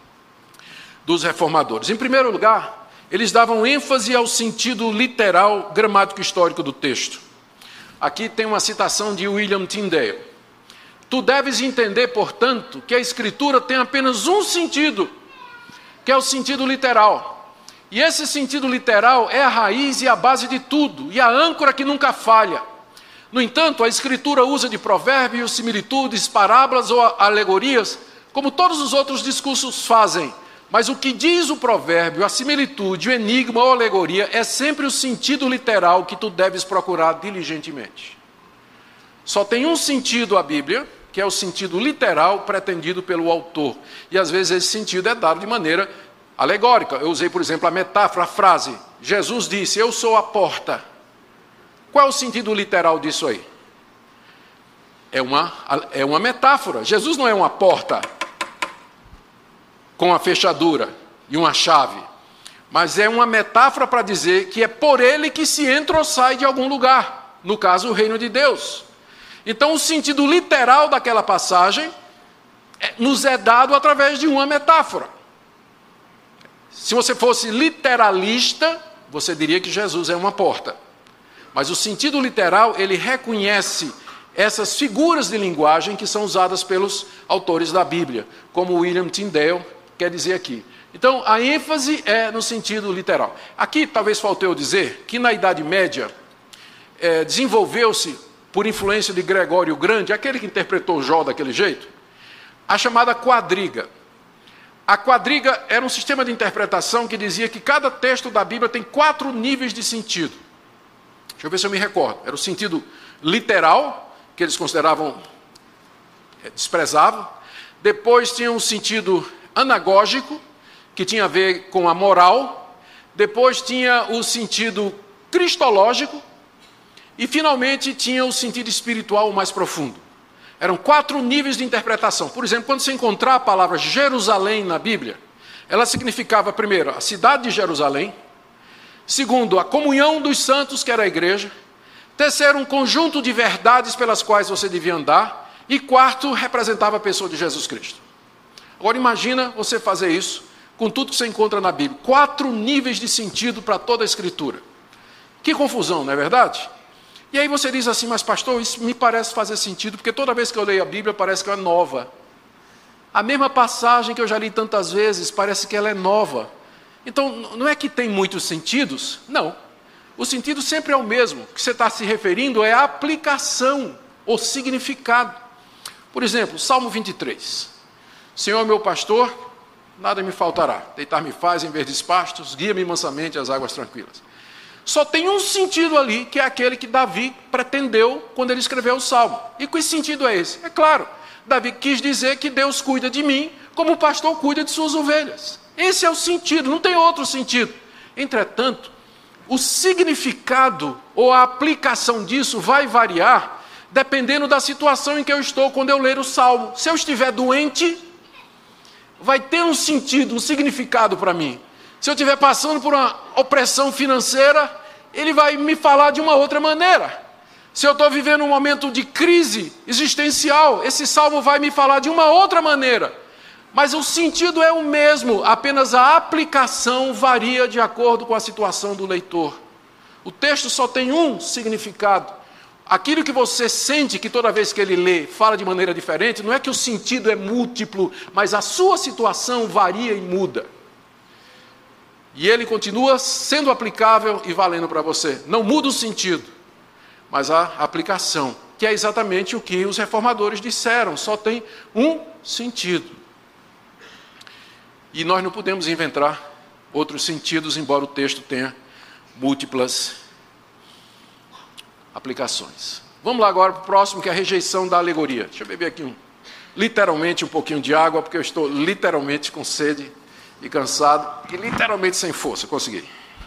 dos reformadores. Em primeiro lugar, eles davam ênfase ao sentido literal, gramático histórico do texto. Aqui tem uma citação de William Tyndale. Tu deves entender, portanto, que a Escritura tem apenas um sentido, que é o sentido literal. E esse sentido literal é a raiz e a base de tudo, e a âncora que nunca falha. No entanto, a Escritura usa de provérbios, similitudes, parábolas ou alegorias, como todos os outros discursos fazem. Mas o que diz o provérbio, a similitude, o enigma ou a alegoria é sempre o sentido literal que tu deves procurar diligentemente. Só tem um sentido a Bíblia, que é o sentido literal pretendido pelo autor. E às vezes esse sentido é dado de maneira alegórica. Eu usei, por exemplo, a metáfora, a frase: Jesus disse, eu sou a porta. Qual é o sentido literal disso aí? É uma metáfora. Jesus não é uma porta com a fechadura e uma chave, mas é uma metáfora para dizer que é por ele que se entra ou sai de algum lugar, no caso o reino de Deus. Então o sentido literal daquela passagem nos é dado através de uma metáfora. Se você fosse literalista, você diria que Jesus é uma porta, mas o sentido literal, ele reconhece essas figuras de linguagem que são usadas pelos autores da Bíblia, como William Tyndale quer dizer aqui. Então, a ênfase é no sentido literal. Aqui, talvez falte eu dizer que na Idade Média, desenvolveu-se, por influência de Gregório o Grande, aquele que interpretou Jó daquele jeito, a chamada quadriga. A quadriga era um sistema de interpretação que dizia que cada texto da Bíblia tem 4 níveis de sentido. Deixa eu ver se eu me recordo. Era o sentido literal, que eles consideravam, desprezavam. Depois tinha um sentido anagógico, que tinha a ver com a moral. Depois tinha o sentido cristológico. E, finalmente, tinha o sentido espiritual mais profundo. Eram 4 níveis de interpretação. Por exemplo, quando você encontrar a palavra Jerusalém na Bíblia, ela significava, primeiro, a cidade de Jerusalém. Segundo, a comunhão dos santos, que era a igreja. Terceiro, um conjunto de verdades pelas quais você devia andar. E quarto, representava a pessoa de Jesus Cristo. Agora imagina você fazer isso com tudo que você encontra na Bíblia. 4 níveis de sentido para toda a Escritura. Que confusão, não é verdade? E aí você diz assim, mas pastor, isso me parece fazer sentido, porque toda vez que eu leio a Bíblia parece que ela é nova. A mesma passagem que eu já li tantas vezes, parece que ela é nova. Então, não é que tem muitos sentidos? Não. O sentido sempre é o mesmo. O que você está se referindo é a aplicação, o significado. Por exemplo, Salmo 23. Senhor é meu pastor, nada me faltará. Deitar-me faz em verdes pastos, guia-me mansamente às águas tranquilas. Só tem um sentido ali, que é aquele que Davi pretendeu quando ele escreveu o Salmo. E que sentido é esse? É claro, Davi quis dizer que Deus cuida de mim como o pastor cuida de suas ovelhas. Esse é o sentido, não tem outro sentido. Entretanto, o significado ou a aplicação disso vai variar dependendo da situação em que eu estou quando eu ler o Salmo. Se eu estiver doente, vai ter um sentido, um significado para mim. Se eu estiver passando por uma opressão financeira, ele vai me falar de uma outra maneira. Se eu estou vivendo um momento de crise existencial, esse salmo vai me falar de uma outra maneira. Mas o sentido é o mesmo, apenas a aplicação varia de acordo com a situação do leitor. O texto só tem um significado. Aquilo que você sente que toda vez que ele lê, fala de maneira diferente, não é que o sentido é múltiplo, mas a sua situação varia e muda. E ele continua sendo aplicável e valendo para você. Não muda o sentido, mas a aplicação, que é exatamente o que os reformadores disseram, só tem um sentido. E nós não podemos inventar outros sentidos, embora o texto tenha múltiplas aplicações. Vamos lá agora para o próximo, que é a rejeição da alegoria. Deixa eu beber aqui literalmente um pouquinho de água, porque eu estou literalmente com sede e cansado, e literalmente sem força. Consegui.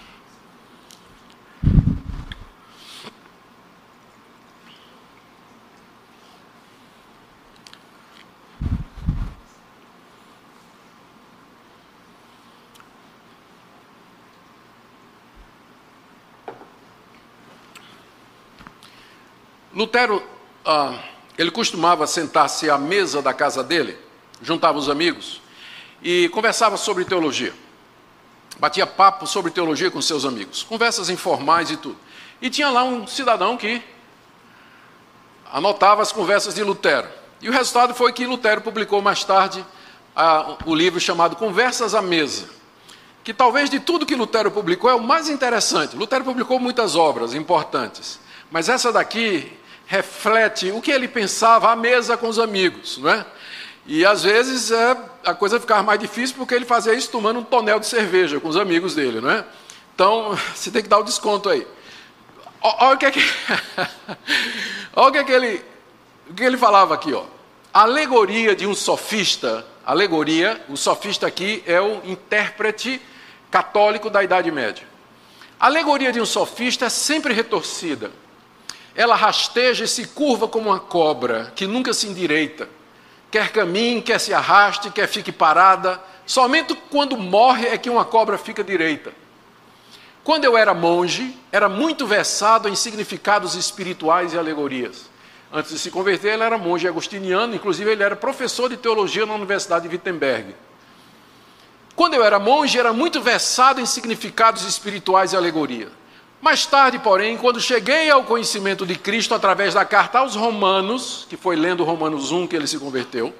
Lutero, ele costumava sentar-se à mesa da casa dele, juntava os amigos e conversava sobre teologia. Batia papo sobre teologia com seus amigos, conversas informais e tudo. E tinha lá um cidadão que anotava as conversas de Lutero. E o resultado foi que Lutero publicou mais tarde o livro chamado Conversas à Mesa, que talvez de tudo que Lutero publicou é o mais interessante. Lutero publicou muitas obras importantes, mas essa daqui reflete o que ele pensava à mesa com os amigos, não é? E às vezes a coisa ficava mais difícil porque ele fazia isso tomando um tonel de cerveja com os amigos dele, não é? Então, você tem que dar o desconto aí. Olha o que é que, olha o que ele falava aqui, ó. Alegoria de um sofista, o sofista aqui é o intérprete católico da Idade Média. A alegoria de um sofista é sempre retorcida. Ela rasteja e se curva como uma cobra, que nunca se endireita. Quer caminhe, quer se arraste, quer fique parada. Somente quando morre é que uma cobra fica direita. Quando eu era monge, era muito versado em significados espirituais e alegorias. Antes de se converter, ele era monge agostiniano, inclusive ele era professor de teologia na Universidade de Wittenberg. Quando eu era monge, era muito versado em significados espirituais e alegorias. Mais tarde, porém, quando cheguei ao conhecimento de Cristo através da carta aos Romanos, que foi lendo Romanos 1 que ele se converteu,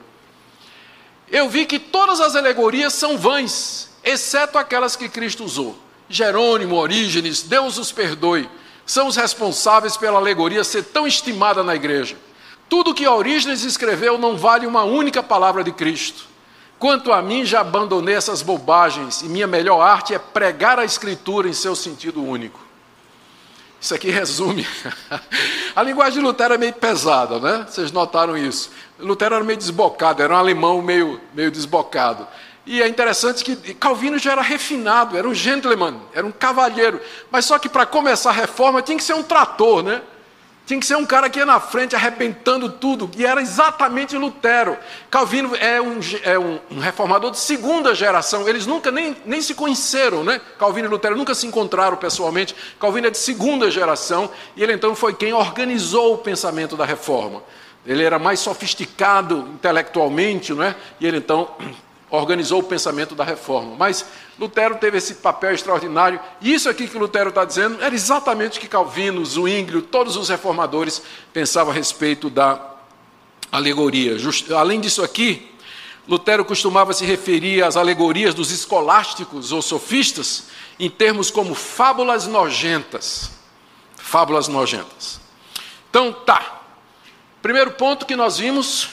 eu vi que todas as alegorias são vãs, exceto aquelas que Cristo usou. Jerônimo, Orígenes, Deus os perdoe, são os responsáveis pela alegoria ser tão estimada na igreja. Tudo que Orígenes escreveu não vale uma única palavra de Cristo. Quanto a mim, já abandonei essas bobagens, e minha melhor arte é pregar a Escritura em seu sentido único. Isso aqui resume. A linguagem de Lutero é meio pesada, né? Vocês notaram isso. Lutero era meio desbocado, era um alemão meio desbocado. E é interessante que Calvino já era refinado, era um gentleman, era um cavalheiro. Mas só que para começar a reforma tinha que ser um trator, né? Tinha que ser um cara que ia na frente arrebentando tudo. E era exatamente Lutero. Calvino é um reformador de segunda geração. Eles nunca nem se conheceram, né? Calvino e Lutero nunca se encontraram pessoalmente. Calvino é de segunda geração. E ele então foi quem organizou o pensamento da reforma. Ele era mais sofisticado intelectualmente, não é? E ele então organizou o pensamento da reforma. Mas Lutero teve esse papel extraordinário. E isso aqui que Lutero está dizendo era exatamente o que Calvino, Zwinglio, todos os reformadores pensavam a respeito da alegoria. Além disso aqui, Lutero costumava se referir às alegorias dos escolásticos ou sofistas em termos como fábulas nojentas. Fábulas nojentas. Então, tá. Primeiro ponto que nós vimos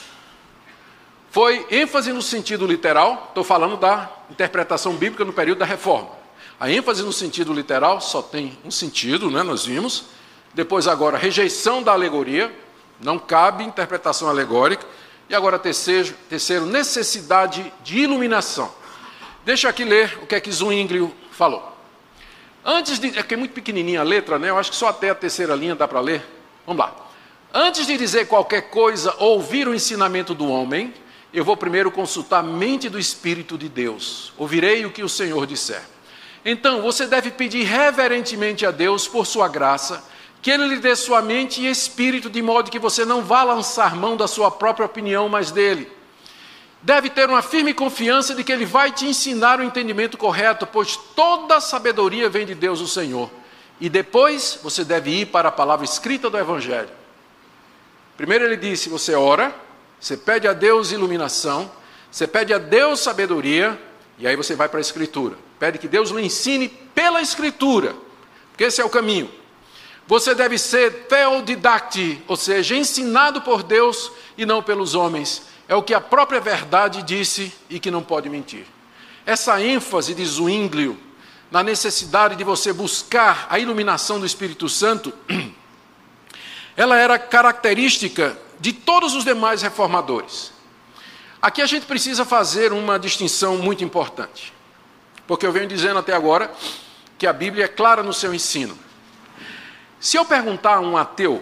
foi ênfase no sentido literal. Estou falando da interpretação bíblica no período da Reforma. A ênfase no sentido literal só tem um sentido, né? Nós vimos. Depois agora, rejeição da alegoria. Não cabe interpretação alegórica. E agora terceiro, necessidade de iluminação. Deixa eu aqui ler o que é que Zwinglio falou. Antes de... É que é muito pequenininha a letra, né? Eu acho que só até a terceira linha dá para ler. Vamos lá. Antes de dizer qualquer coisa ou ouvir o ensinamento do homem, eu vou primeiro consultar a mente do Espírito de Deus. Ouvirei o que o Senhor disser. Então, você deve pedir reverentemente a Deus, por sua graça, que Ele lhe dê sua mente e espírito, de modo que você não vá lançar mão da sua própria opinião, mas dele. Deve ter uma firme confiança de que Ele vai te ensinar o entendimento correto, pois toda a sabedoria vem de Deus o Senhor. E depois você deve ir para a palavra escrita do Evangelho. Primeiro ele disse, você ora, você pede a Deus iluminação, você pede a Deus sabedoria, e aí você vai para a Escritura. Pede que Deus lhe ensine pela Escritura, porque esse é o caminho. Você deve ser theodidacti, ou seja, ensinado por Deus e não pelos homens. É o que a própria verdade disse e que não pode mentir. Essa ênfase de Zwinglio na necessidade de você buscar a iluminação do Espírito Santo, ela era característica de todos os demais reformadores. Aqui a gente precisa fazer uma distinção muito importante, porque eu venho dizendo até agora que a Bíblia é clara no seu ensino. Se eu perguntar a um ateu,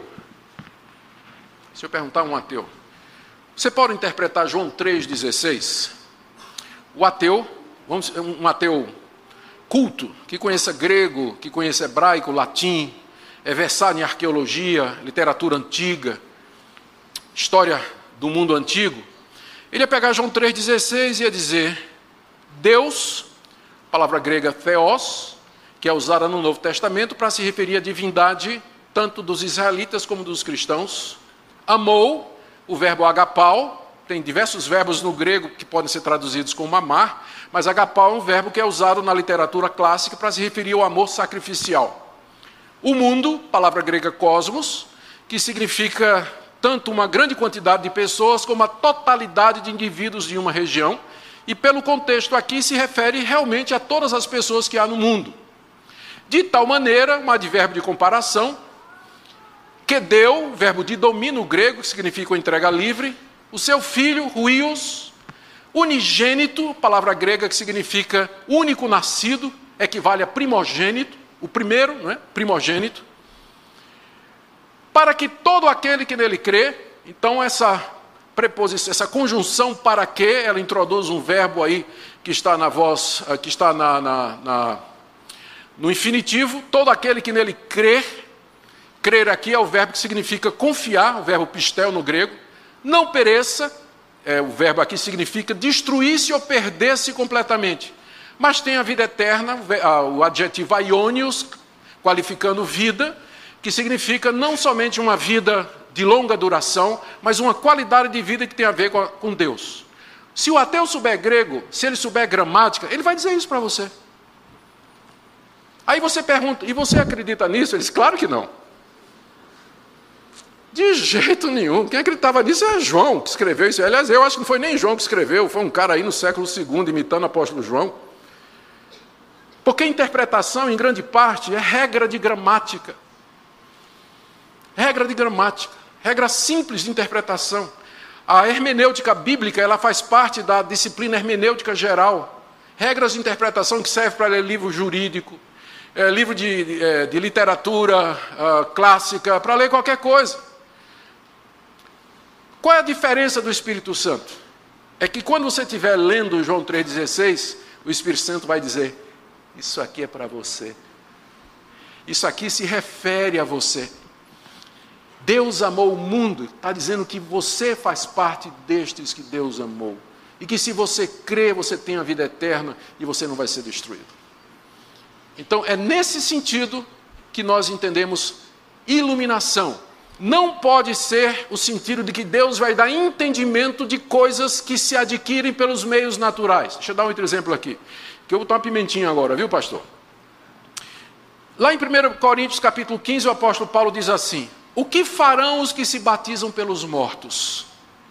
você pode interpretar João 3,16? O ateu, um ateu culto, que conheça grego, que conheça hebraico, latim, é versado em arqueologia, literatura antiga, história do mundo antigo, ele ia pegar João 3,16 e ia dizer, Deus, palavra grega theos, que é usada no Novo Testamento para se referir à divindade tanto dos israelitas como dos cristãos, amou, o verbo agapau, tem diversos verbos no grego que podem ser traduzidos como amar, mas agapau é um verbo que é usado na literatura clássica para se referir ao amor sacrificial. O mundo, palavra grega cosmos, que significa tanto uma grande quantidade de pessoas como a totalidade de indivíduos de uma região, e pelo contexto aqui se refere realmente a todas as pessoas que há no mundo. De tal maneira, um advérbio de comparação, que deu, verbo de domínio grego, que significa entrega livre, o seu filho, huios, unigênito, palavra grega que significa único nascido, equivale a primogênito, o primeiro, não é? Primogênito, para que todo aquele que nele crê, então essa preposição, essa conjunção para que, ela introduz um verbo aí que está na voz, que está no infinitivo, todo aquele que nele crê, crer aqui é o verbo que significa confiar, o verbo pistel no grego, não pereça, o verbo aqui significa destruir-se ou perder-se completamente, mas tem a vida eterna, o adjetivo aionios, qualificando vida, que significa não somente uma vida de longa duração, mas uma qualidade de vida que tem a ver com Deus. Se o ateu souber grego, se ele souber gramática, ele vai dizer isso para você. Aí você pergunta, e você acredita nisso? Ele diz, claro que não. De jeito nenhum. Quem acreditava nisso é João, que escreveu isso. Aliás, eu acho que não foi nem João que escreveu, foi um cara aí no século II, imitando o apóstolo João. Porque a interpretação, em grande parte, é regra de gramática. Regra de gramática. Regra simples de interpretação. A hermenêutica bíblica, ela faz parte da disciplina hermenêutica geral. Regras de interpretação que servem para ler livro jurídico, livro de literatura clássica, para ler qualquer coisa. Qual é a diferença do Espírito Santo? É que quando você estiver lendo João 3,16, o Espírito Santo vai dizer, isso aqui é para você. Isso aqui se refere a você. Deus amou o mundo, está dizendo que você faz parte destes que Deus amou. E que se você crê, você tem a vida eterna e você não vai ser destruído. Então, é nesse sentido que nós entendemos iluminação. Não pode ser o sentido de que Deus vai dar entendimento de coisas que se adquirem pelos meios naturais. Deixa eu dar um outro exemplo aqui, que eu vou botar uma pimentinha agora, viu, pastor? Lá em 1 Coríntios, capítulo 15, o apóstolo Paulo diz assim, o que farão os que se batizam pelos mortos?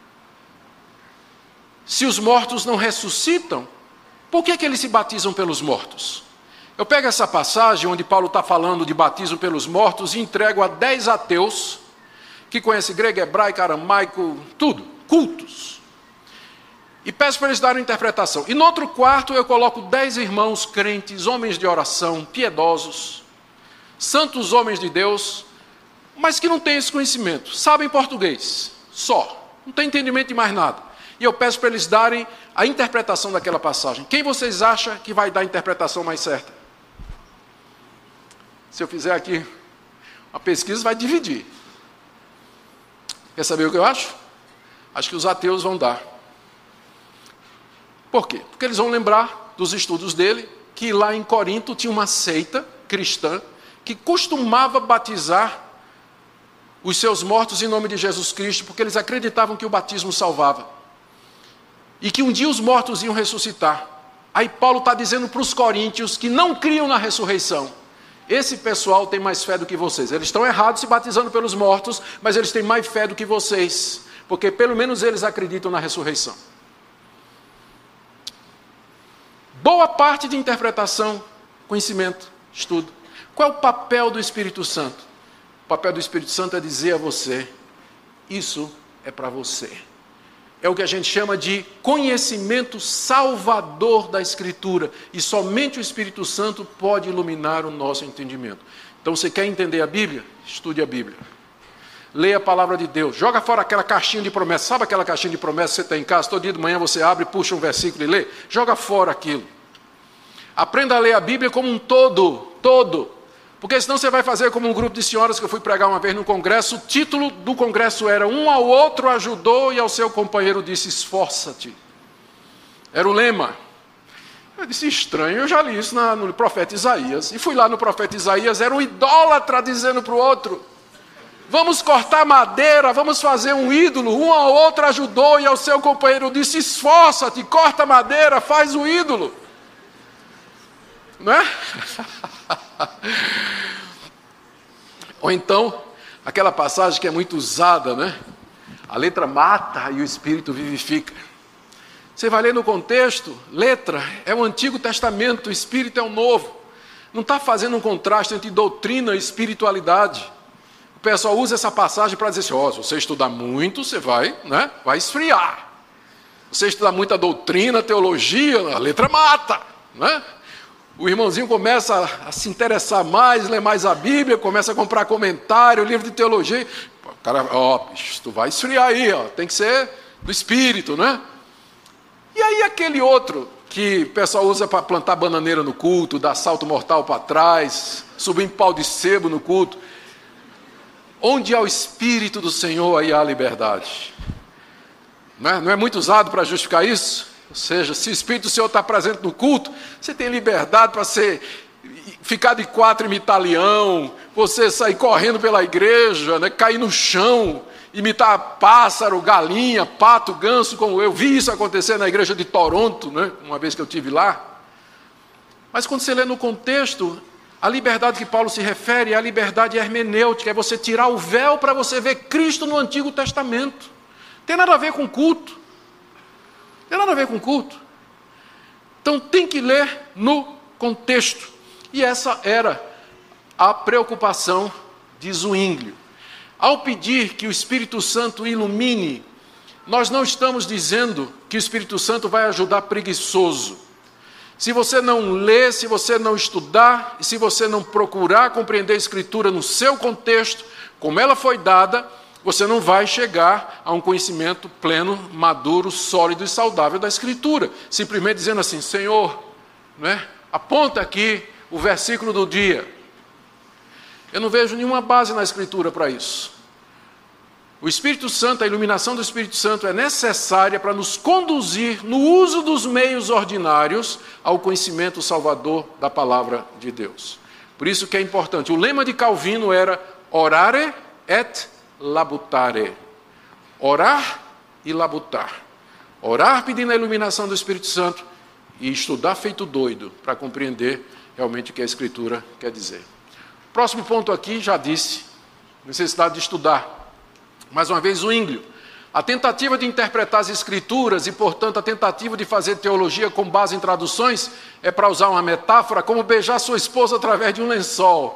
Se os mortos não ressuscitam, por que eles se batizam pelos mortos? Eu pego essa passagem onde Paulo está falando de batismo pelos mortos e entrego a 10 ateus, que conhecem grego, hebraico, aramaico, tudo, cultos. E peço para eles darem uma interpretação. E no outro quarto eu coloco 10 irmãos crentes, homens de oração, piedosos, santos homens de Deus, mas que não têm esse conhecimento, sabem português, só, não tem entendimento de mais nada. E eu peço para eles darem a interpretação daquela passagem. Quem vocês acham que vai dar a interpretação mais certa? Se eu fizer aqui uma pesquisa, vai dividir. Quer saber o que eu acho? Acho que os ateus vão dar. Por quê? Porque eles vão lembrar dos estudos dele, que lá em Corinto tinha uma seita cristã, que costumava batizar os seus mortos em nome de Jesus Cristo, porque eles acreditavam que o batismo salvava. E que um dia os mortos iam ressuscitar. Aí Paulo está dizendo para os coríntios que não criam na ressurreição: esse pessoal tem mais fé do que vocês. Eles estão errados se batizando pelos mortos, mas eles têm mais fé do que vocês, porque pelo menos eles acreditam na ressurreição. Boa parte de interpretação, conhecimento, estudo. Qual é o papel do Espírito Santo? O papel do Espírito Santo é dizer a você: isso é para você. É o que a gente chama de conhecimento salvador da Escritura. E somente o Espírito Santo pode iluminar o nosso entendimento. Então, você quer entender a Bíblia? Estude a Bíblia. Leia a palavra de Deus. Joga fora aquela caixinha de promessa. Sabe aquela caixinha de promessa que você tem em casa? Todo dia de manhã você abre, puxa um versículo e lê. Joga fora aquilo. Aprenda a ler a Bíblia como um todo. Porque senão você vai fazer como um grupo de senhoras que eu fui pregar uma vez no congresso. O título do congresso era: um ao outro ajudou e ao seu companheiro disse: esforça-te. Era o lema. Eu disse: estranho, eu já li isso no profeta Isaías. E fui lá no profeta Isaías, era um idólatra dizendo para o outro: vamos cortar madeira, vamos fazer um ídolo. Um ao outro ajudou e ao seu companheiro disse: esforça-te, corta madeira, faz o ídolo. Não é? Ou então, aquela passagem que é muito usada, né? A letra mata e o Espírito vivifica. Você vai ler no contexto, letra é o Antigo Testamento, o Espírito é o Novo. Não está fazendo um contraste entre doutrina e espiritualidade. O pessoal usa essa passagem para dizer assim: se você estudar muito, você vai esfriar. Se você estudar muita doutrina, teologia, a letra mata, né? O irmãozinho começa a se interessar mais, ler mais a Bíblia, começa a comprar comentário, livro de teologia. O cara, bicho, tu vai esfriar aí, tem que ser do Espírito, né? E aí aquele outro que o pessoal usa para plantar bananeira no culto, dar salto mortal para trás, subir em pau de sebo no culto. Onde há o Espírito do Senhor, aí há liberdade. Não é muito usado para justificar isso? Ou seja, se o Espírito do Senhor está presente no culto, você tem liberdade para ficar de quatro, imitar leão, você sair correndo pela igreja, né, cair no chão, imitar pássaro, galinha, pato, ganso, como eu vi isso acontecer na igreja de Toronto, né, uma vez que eu estive lá. Mas quando você lê no contexto, a liberdade que Paulo se refere é a liberdade hermenêutica, é você tirar o véu para você ver Cristo no Antigo Testamento. Não tem nada a ver com culto. Não tem nada a ver com culto. Então tem que ler no contexto. E essa era a preocupação de Zwinglio. Ao pedir que o Espírito Santo ilumine, nós não estamos dizendo que o Espírito Santo vai ajudar preguiçoso. Se você não ler, se você não estudar, e se você não procurar compreender a Escritura no seu contexto, como ela foi dada, você não vai chegar a um conhecimento pleno, maduro, sólido e saudável da Escritura. Simplesmente dizendo assim: Senhor, aponta aqui o versículo do dia. Eu não vejo nenhuma base na Escritura para isso. O Espírito Santo, a iluminação do Espírito Santo é necessária para nos conduzir no uso dos meios ordinários ao conhecimento salvador da palavra de Deus. Por isso que é importante. O lema de Calvino era orare et labutare. Orar e labutar. Orar pedindo a iluminação do Espírito Santo e estudar feito doido para compreender realmente o que a Escritura quer dizer. Próximo ponto aqui, já disse, necessidade de estudar. Mais uma vez, Zwinglio. A tentativa de interpretar as Escrituras e, portanto, a tentativa de fazer teologia com base em traduções é, para usar uma metáfora, como beijar sua esposa através de um lençol.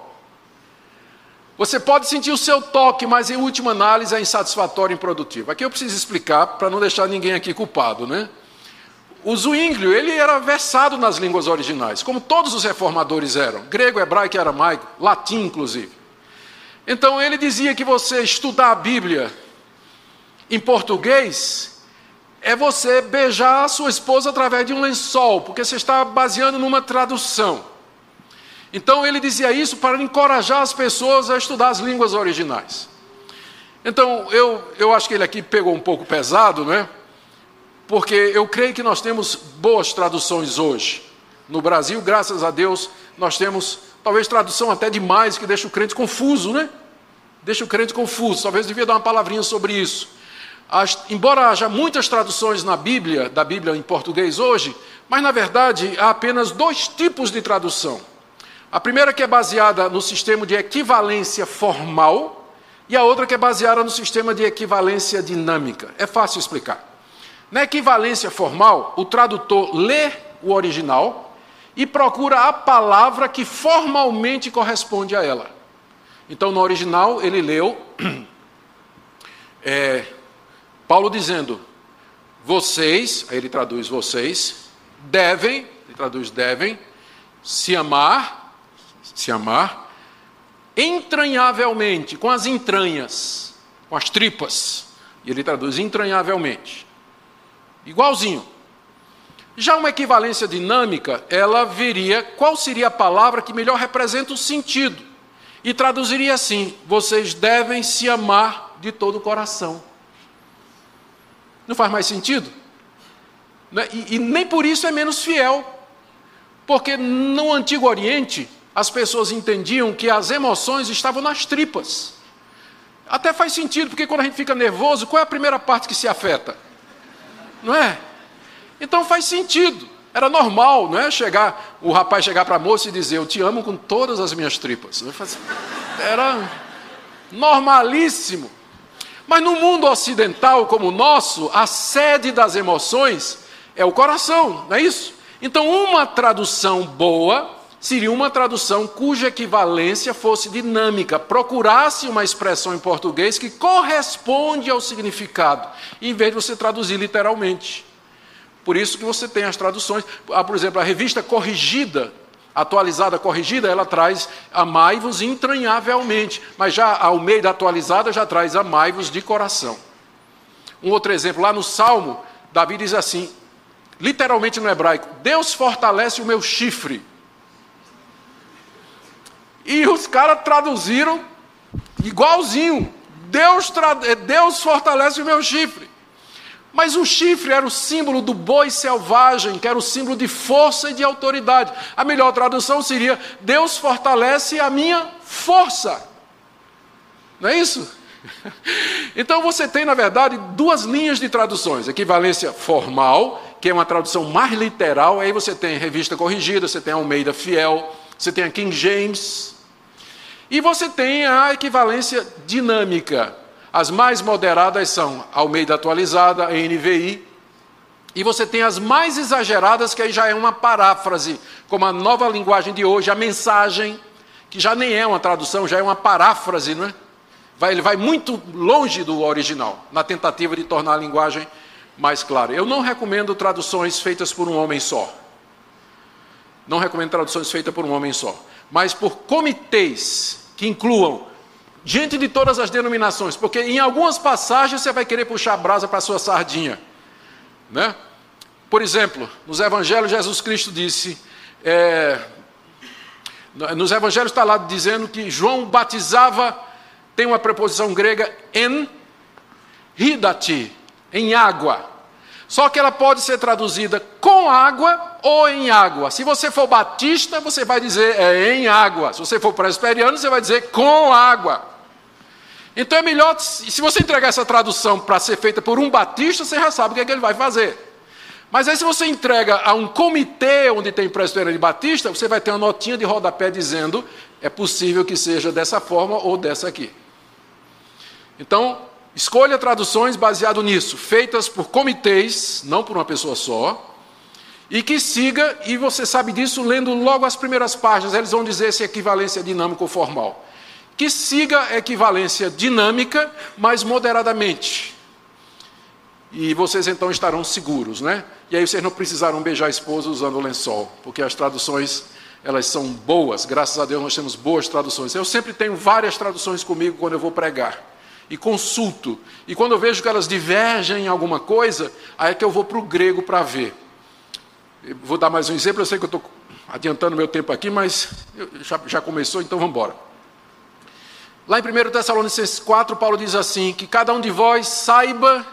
Você pode sentir o seu toque, mas em última análise é insatisfatório e improdutivo. Aqui eu preciso explicar para não deixar ninguém aqui culpado, né? O Zwinglio, ele era versado nas línguas originais, como todos os reformadores eram, grego, hebraico e aramaico, latim inclusive. Então ele dizia que você estudar a Bíblia em português é você beijar a sua esposa através de um lençol, porque você está baseando numa tradução. Então ele dizia isso para encorajar as pessoas a estudar as línguas originais. Então eu acho que ele aqui pegou um pouco pesado, né? Porque eu creio que nós temos boas traduções hoje. No Brasil, graças a Deus, nós temos talvez tradução até demais, que deixa o crente confuso, né? Deixa o crente confuso, talvez devia dar uma palavrinha sobre isso. Embora haja muitas traduções da Bíblia em português hoje, mas na verdade há apenas 2 tipos de tradução. A primeira que é baseada no sistema de equivalência formal e a outra que é baseada no sistema de equivalência dinâmica. É fácil explicar. Na equivalência formal, o tradutor lê o original e procura a palavra que formalmente corresponde a ela. Então, no original, ele leu Paulo dizendo, vocês, aí ele traduz vocês, devem, ele traduz devem, se amar entranhavelmente, com as entranhas, com as tripas. E ele traduz entranhavelmente. Igualzinho. Já uma equivalência dinâmica, ela veria qual seria a palavra que melhor representa o sentido. E traduziria assim, vocês devem se amar de todo o coração. Não faz mais sentido? E nem por isso é menos fiel. Porque no Antigo Oriente, as pessoas entendiam que as emoções estavam nas tripas. Até faz sentido, porque quando a gente fica nervoso, qual é a primeira parte que se afeta? Não é? Então faz sentido. Era normal, não é? O rapaz chegar para a moça e dizer, eu te amo com todas as minhas tripas. Era normalíssimo. Mas no mundo ocidental como o nosso, a sede das emoções é o coração, não é isso? Então uma tradução boa seria uma tradução cuja equivalência fosse dinâmica, procurasse uma expressão em português que corresponde ao significado, em vez de você traduzir literalmente. Por isso que você tem as traduções, por exemplo, a revista corrigida, atualizada corrigida, ela traz amai-vos entranhavelmente, mas já a Almeida atualizada já traz amai-vos de coração. Um outro exemplo, lá no Salmo, Davi diz assim, literalmente no hebraico, Deus fortalece o meu chifre. E os caras traduziram igualzinho, Deus fortalece o meu chifre. Mas o chifre era o símbolo do boi selvagem, que era o símbolo de força e de autoridade. A melhor tradução seria, Deus fortalece a minha força. Não é isso? Então você tem, na verdade, 2 linhas de traduções. Equivalência formal, que é uma tradução mais literal, aí você tem revista corrigida, você tem a Almeida Fiel, você tem a King James. E você tem a equivalência dinâmica. As mais moderadas são Almeida atualizada, NVI, e você tem as mais exageradas, que aí já é uma paráfrase, como a nova linguagem de hoje, a mensagem, que já nem é uma tradução, já é uma paráfrase, não é? Ele vai muito longe do original, na tentativa de tornar a linguagem mais clara. Eu não recomendo traduções feitas por um homem só. Não recomendo traduções feitas por um homem só, mas por comitês que incluam gente de todas as denominações, porque em algumas passagens você vai querer puxar a brasa para a sua sardinha, né? Por exemplo, nos Evangelhos Jesus Cristo disse, nos Evangelhos está lá dizendo que João batizava, tem uma preposição grega, en hidati, em água. Só que ela pode ser traduzida com água ou em água. Se você for batista, você vai dizer em água. Se você for presbiteriano, você vai dizer com água. Então é melhor, se você entregar essa tradução para ser feita por um batista, você já sabe o que é que ele vai fazer. Mas aí se você entrega a um comitê onde tem presbiteriano e batista, você vai ter uma notinha de rodapé dizendo, é possível que seja dessa forma ou dessa aqui. Então, escolha traduções baseado nisso, feitas por comitês, não por uma pessoa só, e que siga, e você sabe disso lendo logo as primeiras páginas, eles vão dizer se é equivalência dinâmica ou formal. Que siga a equivalência dinâmica, mas moderadamente. E vocês então estarão seguros, né? E aí vocês não precisarão beijar a esposa usando o lençol, porque as traduções, elas são boas, graças a Deus nós temos boas traduções. Eu sempre tenho várias traduções comigo quando eu vou pregar, e consulto. E quando eu vejo que elas divergem em alguma coisa, aí é que eu vou para o grego para ver. Eu vou dar mais um exemplo, eu sei que eu estou adiantando meu tempo aqui, mas já começou, então vamos embora. Lá em 1 Tessalonicenses 4, Paulo diz assim, que cada um de vós saiba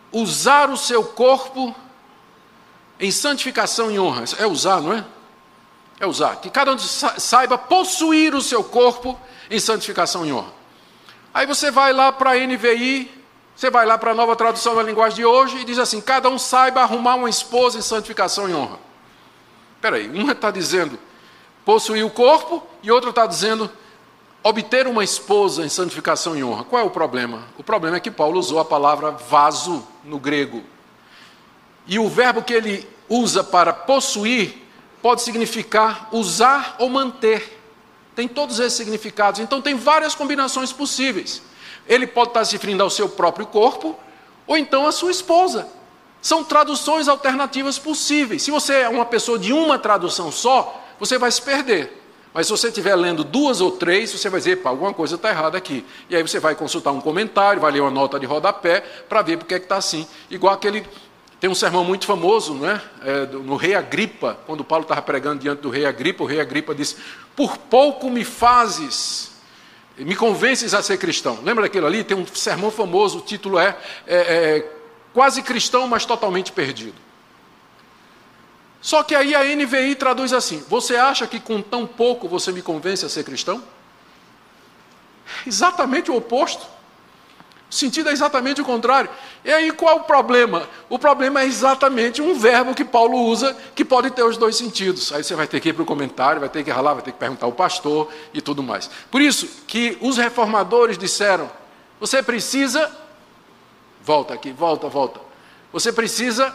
usar o seu corpo em santificação e honra. É usar, não é? É usar. Que cada um saiba possuir o seu corpo em santificação e honra. Aí você vai lá para a NVI, você vai lá para a Nova Tradução da Linguagem de hoje e diz assim, cada um saiba arrumar uma esposa em santificação e honra. Espera aí, uma está dizendo possuir o corpo e outra está dizendo obter uma esposa em santificação e honra. Qual é o problema? O problema é que Paulo usou a palavra vaso no grego. E o verbo que ele usa para possuir pode significar usar ou manter. Tem todos esses significados. Então tem várias combinações possíveis. Ele pode estar se referindo ao seu próprio corpo ou então à sua esposa. São traduções alternativas possíveis. Se você é uma pessoa de uma tradução só, você vai se perder. Mas se você estiver lendo 2 ou 3, você vai dizer, alguma coisa está errada aqui. E aí você vai consultar um comentário, vai ler uma nota de rodapé, para ver porque é que está assim. Igual aquele... Tem um sermão muito famoso, não é? No rei Agripa, quando Paulo estava pregando diante do rei Agripa, o rei Agripa disse, por pouco me fazes, me convences a ser cristão. Lembra daquilo ali? Tem um sermão famoso, o título é Quase Cristão, mas Totalmente Perdido. Só que aí a NVI traduz assim, você acha que com tão pouco você me convence a ser cristão? Exatamente o oposto. O sentido é exatamente o contrário. E aí qual o problema? O problema é exatamente um verbo que Paulo usa, que pode ter os dois sentidos. Aí você vai ter que ir para o comentário, vai ter que ralar, vai ter que perguntar ao pastor e tudo mais. Por isso que os reformadores disseram, você precisa... Volta aqui, volta. Você precisa...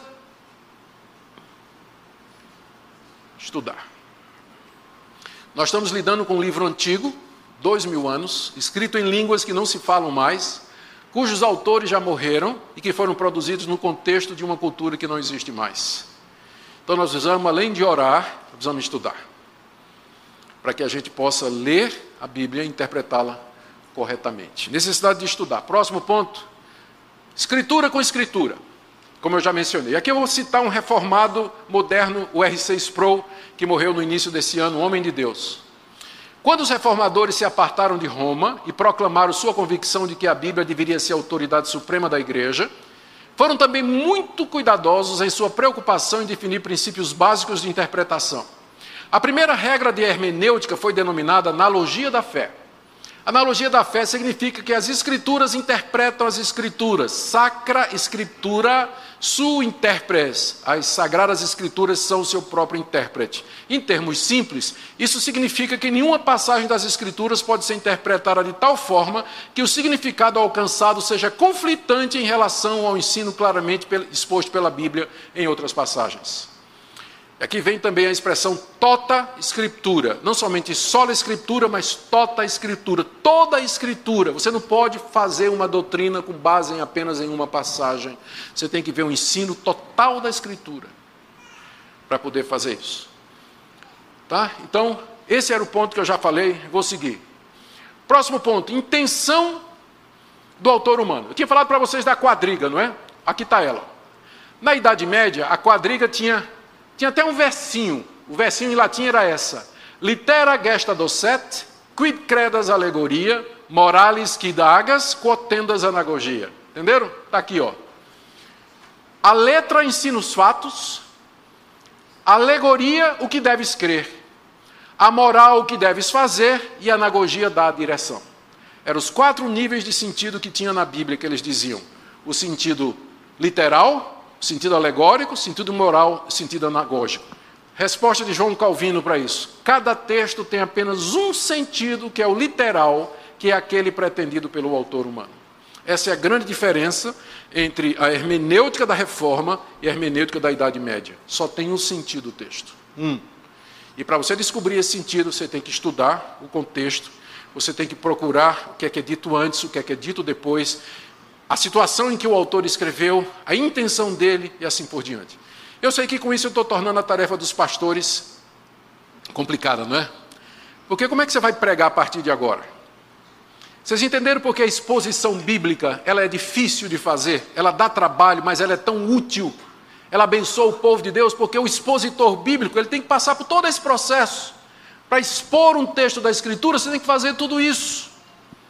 estudar. Nós estamos lidando com um livro antigo, 2000 anos, escrito em línguas que não se falam mais, cujos autores já morreram e que foram produzidos no contexto de uma cultura que não existe mais. Então nós precisamos, além de orar, precisamos estudar, para que a gente possa ler a Bíblia e interpretá-la corretamente. Necessidade de estudar. Próximo ponto, escritura com escritura. Como eu já mencionei. Aqui eu vou citar um reformado moderno, o R.C. Sproul, que morreu no início desse ano, um homem de Deus. Quando os reformadores se apartaram de Roma e proclamaram sua convicção de que a Bíblia deveria ser a autoridade suprema da Igreja, foram também muito cuidadosos em sua preocupação em definir princípios básicos de interpretação. A primeira regra de hermenêutica foi denominada analogia da fé. Analogia da fé significa que as Escrituras interpretam as Escrituras. Sacra Scriptura su interpres. As Sagradas Escrituras são o seu próprio intérprete. Em termos simples, isso significa que nenhuma passagem das Escrituras pode ser interpretada de tal forma que o significado alcançado seja conflitante em relação ao ensino claramente exposto pela Bíblia em outras passagens. Aqui vem também a expressão tota escritura, não somente sola escritura, mas tota escritura, toda a escritura. Você não pode fazer uma doutrina com base apenas em uma passagem, você tem que ver o ensino total da escritura para poder fazer isso. Tá? Então, esse era o ponto que eu já falei, vou seguir. Próximo ponto, intenção do autor humano. Eu tinha falado para vocês da quadriga, não é? Aqui está ela. Na Idade Média, a quadriga tinha até um versinho. O versinho em latim era essa. Litera gesta docet, quid credas alegoria, moralis quid agas, quod tendas anagogia. Entenderam? Está aqui, ó. A letra ensina os fatos, a alegoria o que deves crer, a moral o que deves fazer e a anagogia dá a direção. Eram os 4 níveis de sentido que tinha na Bíblia que eles diziam. O sentido literal, sentido alegórico, sentido moral, sentido anagógico. Resposta de João Calvino para isso. Cada texto tem apenas um sentido, que é o literal, que é aquele pretendido pelo autor humano. Essa é a grande diferença entre a hermenêutica da Reforma e a hermenêutica da Idade Média. Só tem um sentido o texto. E para você descobrir esse sentido, você tem que estudar o contexto, você tem que procurar o que é dito antes, o que é dito depois, a situação em que o autor escreveu, a intenção dele e assim por diante. Eu sei que com isso eu estou tornando a tarefa dos pastores complicada, não é? Porque como é que você vai pregar a partir de agora? Vocês entenderam porque a exposição bíblica ela é difícil de fazer, ela dá trabalho, mas ela é tão útil. Ela abençoa o povo de Deus, porque o expositor bíblico ele tem que passar por todo esse processo. Para expor um texto da Escritura, você tem que fazer tudo isso.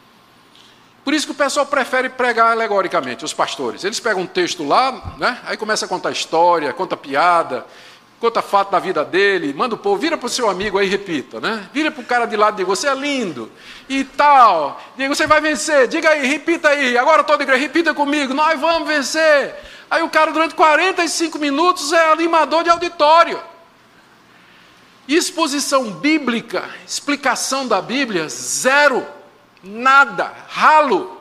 Por isso que o pessoal prefere pregar alegoricamente, os pastores. Eles pegam um texto lá, né? Aí começa a contar história, conta piada, conta fato da vida dele, manda o povo, vira para o seu amigo aí e repita, né? Vira para o cara de lado e diga, você é lindo, e tal, diga, você vai vencer, diga aí, repita aí, agora toda a igreja, repita comigo, nós vamos vencer. Aí o cara durante 45 minutos é animador de auditório. Exposição bíblica, explicação da Bíblia, zero, nada, ralo.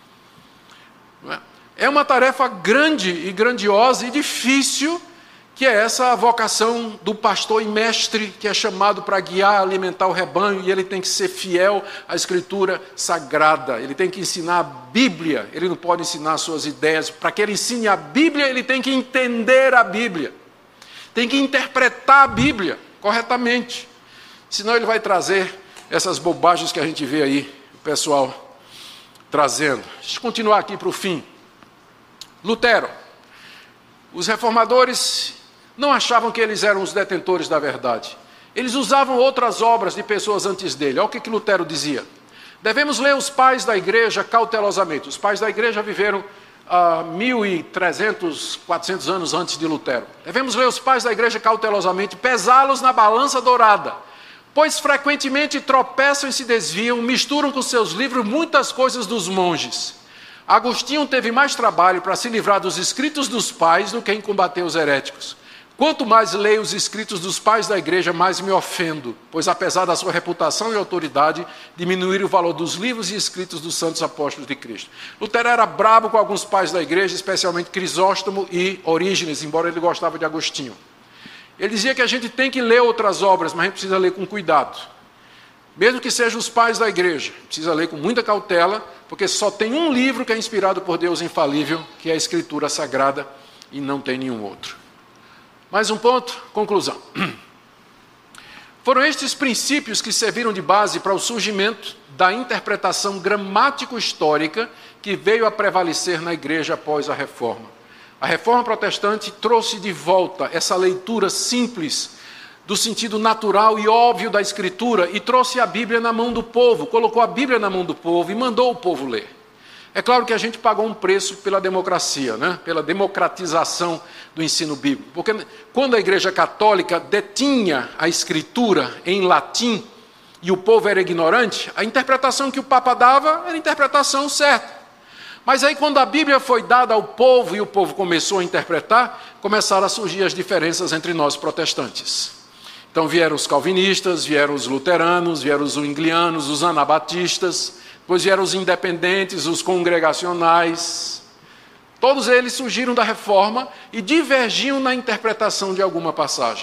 É uma tarefa grande e grandiosa e difícil, que é essa vocação do pastor e mestre, que é chamado para guiar, alimentar o rebanho, e ele tem que ser fiel à Escritura Sagrada, ele tem que ensinar a Bíblia, ele não pode ensinar suas ideias. Para que ele ensine a Bíblia, ele tem que entender a Bíblia, tem que interpretar a Bíblia corretamente, senão ele vai trazer essas bobagens que a gente vê aí, o pessoal trazendo. Deixa eu continuar aqui para o fim. Lutero. Os reformadores não achavam que eles eram os detentores da verdade. Eles usavam outras obras de pessoas antes dele. Olha o que Lutero dizia. Devemos ler os pais da igreja cautelosamente. Os pais da igreja viveram 1.300, 400 anos antes de Lutero. Devemos ler os pais da igreja cautelosamente, pesá-los na balança dourada, pois frequentemente tropeçam e se desviam, misturam com seus livros muitas coisas dos monges. Agostinho teve mais trabalho para se livrar dos escritos dos pais do que em combater os heréticos. Quanto mais leio os escritos dos pais da igreja, mais me ofendo, pois apesar da sua reputação e autoridade, diminuir o valor dos livros e escritos dos santos apóstolos de Cristo. Lutero era brabo com alguns pais da igreja, especialmente Crisóstomo e Orígenes, embora ele gostava de Agostinho. Ele dizia que a gente tem que ler outras obras, mas a gente precisa ler com cuidado. Mesmo que sejam os pais da igreja, precisa ler com muita cautela, porque só tem um livro que é inspirado por Deus infalível, que é a Escritura Sagrada, e não tem nenhum outro. Mais um ponto, conclusão. Foram estes princípios que serviram de base para o surgimento da interpretação gramático-histórica que veio a prevalecer na igreja após a Reforma. A Reforma protestante trouxe de volta essa leitura simples do sentido natural e óbvio da Escritura e trouxe a Bíblia na mão do povo, colocou a Bíblia na mão do povo e mandou o povo ler. É claro que a gente pagou um preço pela democracia, né? Pela democratização do ensino bíblico. Porque quando a Igreja Católica detinha a Escritura em latim e o povo era ignorante, a interpretação que o Papa dava era a interpretação certa. Mas aí quando a Bíblia foi dada ao povo e o povo começou a interpretar, começaram a surgir as diferenças entre nós protestantes. Então vieram os calvinistas, vieram os luteranos, vieram os zwinglianos, os anabatistas, depois vieram os independentes, os congregacionais. Todos eles surgiram da Reforma e divergiam na interpretação de alguma passagem.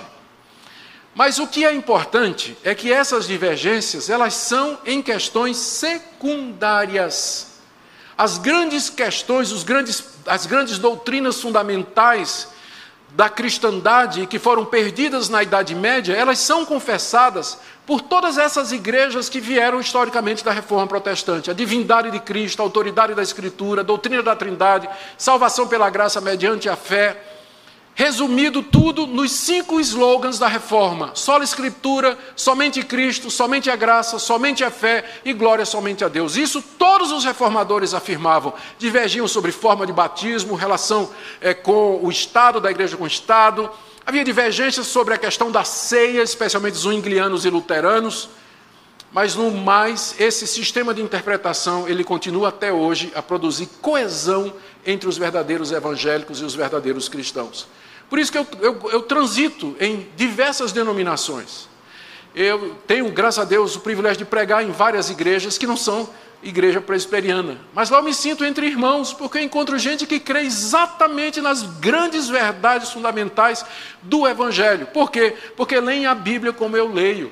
Mas o que é importante é que essas divergências, elas são em questões secundárias. As grandes questões, as grandes doutrinas fundamentais da cristandade que foram perdidas na Idade Média, elas são confessadas por todas essas igrejas que vieram historicamente da Reforma Protestante. A divindade de Cristo, a autoridade da Escritura, a doutrina da Trindade, salvação pela graça mediante a fé. Resumido tudo nos 5 slogans da Reforma: sola Escritura, somente Cristo, somente a graça, somente a fé e glória somente a Deus. Isso todos os reformadores afirmavam. Divergiam sobre forma de batismo, relação com o Estado, da igreja com o Estado. Havia divergências sobre a questão da ceia, especialmente zwinglianos e luteranos. Mas, no mais, esse sistema de interpretação, ele continua até hoje a produzir coesão entre os verdadeiros evangélicos e os verdadeiros cristãos. Por isso que eu transito em diversas denominações. Eu tenho, graças a Deus, o privilégio de pregar em várias igrejas que não são igreja presbiteriana. Mas lá eu me sinto entre irmãos, porque eu encontro gente que crê exatamente nas grandes verdades fundamentais do Evangelho. Por quê? Porque leem a Bíblia como eu leio.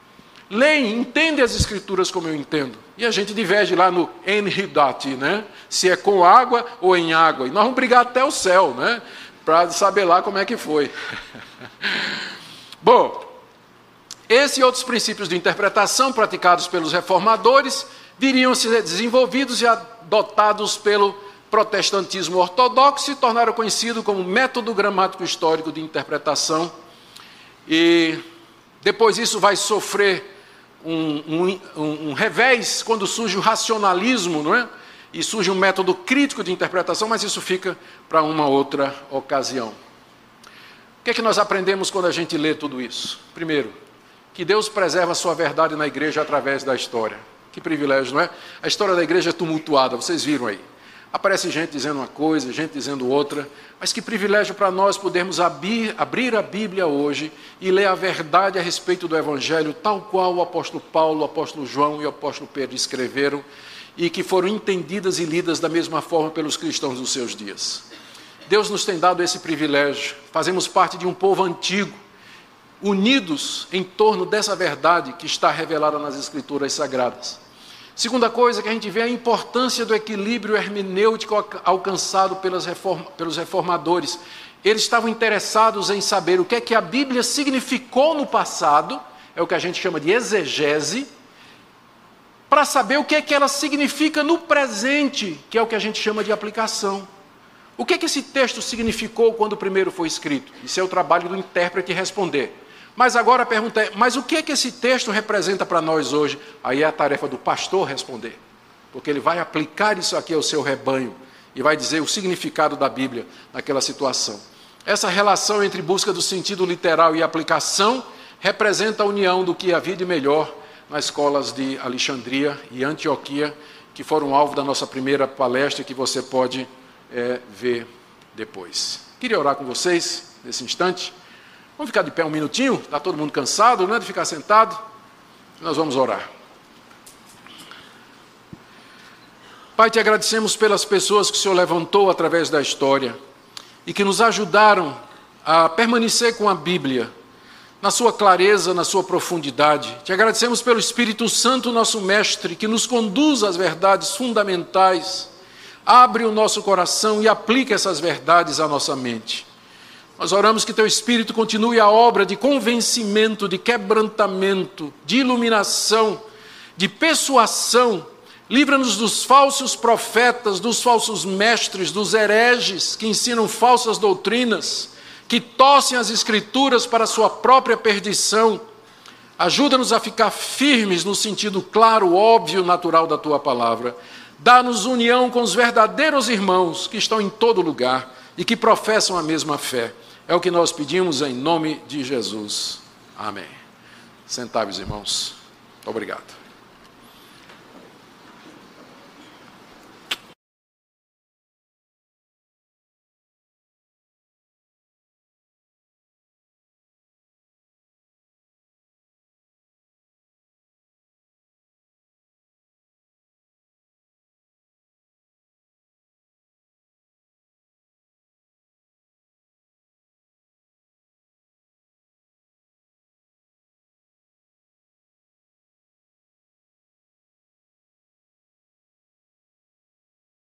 Leem, entendem as Escrituras como eu entendo. E a gente diverge lá no enridati, né? Se é com água ou em água. E nós vamos brigar até o céu, né? Para saber lá como é que foi. Bom, esse e outros princípios de interpretação praticados pelos reformadores viriam a ser desenvolvidos e adotados pelo protestantismo ortodoxo e se tornaram conhecidos como método gramático histórico de interpretação. E depois isso vai sofrer um revés quando surge o racionalismo, não é? E surge um método crítico de interpretação, mas isso fica para uma outra ocasião. O que é que nós aprendemos quando a gente lê tudo isso? Primeiro, que Deus preserva a sua verdade na igreja através da história. Que privilégio, não é? A história da igreja é tumultuada, vocês viram aí. Aparece gente dizendo uma coisa, gente dizendo outra, mas que privilégio para nós podermos abrir a Bíblia hoje e ler a verdade a respeito do Evangelho, tal qual o apóstolo Paulo, o apóstolo João e o apóstolo Pedro escreveram, e que foram entendidas e lidas da mesma forma pelos cristãos dos seus dias. Deus nos tem dado esse privilégio, fazemos parte de um povo antigo, unidos em torno dessa verdade que está revelada nas Escrituras Sagradas. Segunda coisa que a gente vê é a importância do equilíbrio hermenêutico alcançado pelos reformadores. Eles estavam interessados em saber o que é que a Bíblia significou no passado, é o que a gente chama de exegese, para saber o que é que ela significa no presente, que é o que a gente chama de aplicação. O que é que esse texto significou quando o primeiro foi escrito? Isso é o trabalho do intérprete responder. Mas agora a pergunta é, mas o que é que esse texto representa para nós hoje? Aí é a tarefa do pastor responder, porque ele vai aplicar isso aqui ao seu rebanho e vai dizer o significado da Bíblia naquela situação. Essa relação entre busca do sentido literal e aplicação representa a união do que havia de melhor nas escolas de Alexandria e Antioquia, que foram alvo da nossa primeira palestra, que você pode ver depois. Queria orar com vocês nesse instante. Vamos ficar de pé um minutinho? Está todo mundo cansado, né, de ficar sentado? Nós vamos orar. Pai, te agradecemos pelas pessoas que o Senhor levantou através da história e que nos ajudaram a permanecer com a Bíblia, na sua clareza, na sua profundidade. Te agradecemos pelo Espírito Santo, nosso Mestre, que nos conduz às verdades fundamentais, abre o nosso coração e aplica essas verdades à nossa mente. Nós oramos que Teu Espírito continue a obra de convencimento, de quebrantamento, de iluminação, de persuasão. Livra-nos dos falsos profetas, dos falsos mestres, dos hereges que ensinam falsas doutrinas, que torcem as Escrituras para a sua própria perdição. Ajuda-nos a ficar firmes no sentido claro, óbvio, natural da Tua palavra. Dá-nos união com os verdadeiros irmãos que estão em todo lugar e que professam a mesma fé. É o que nós pedimos em nome de Jesus. Amém. Sentai-vos, irmãos. Obrigado.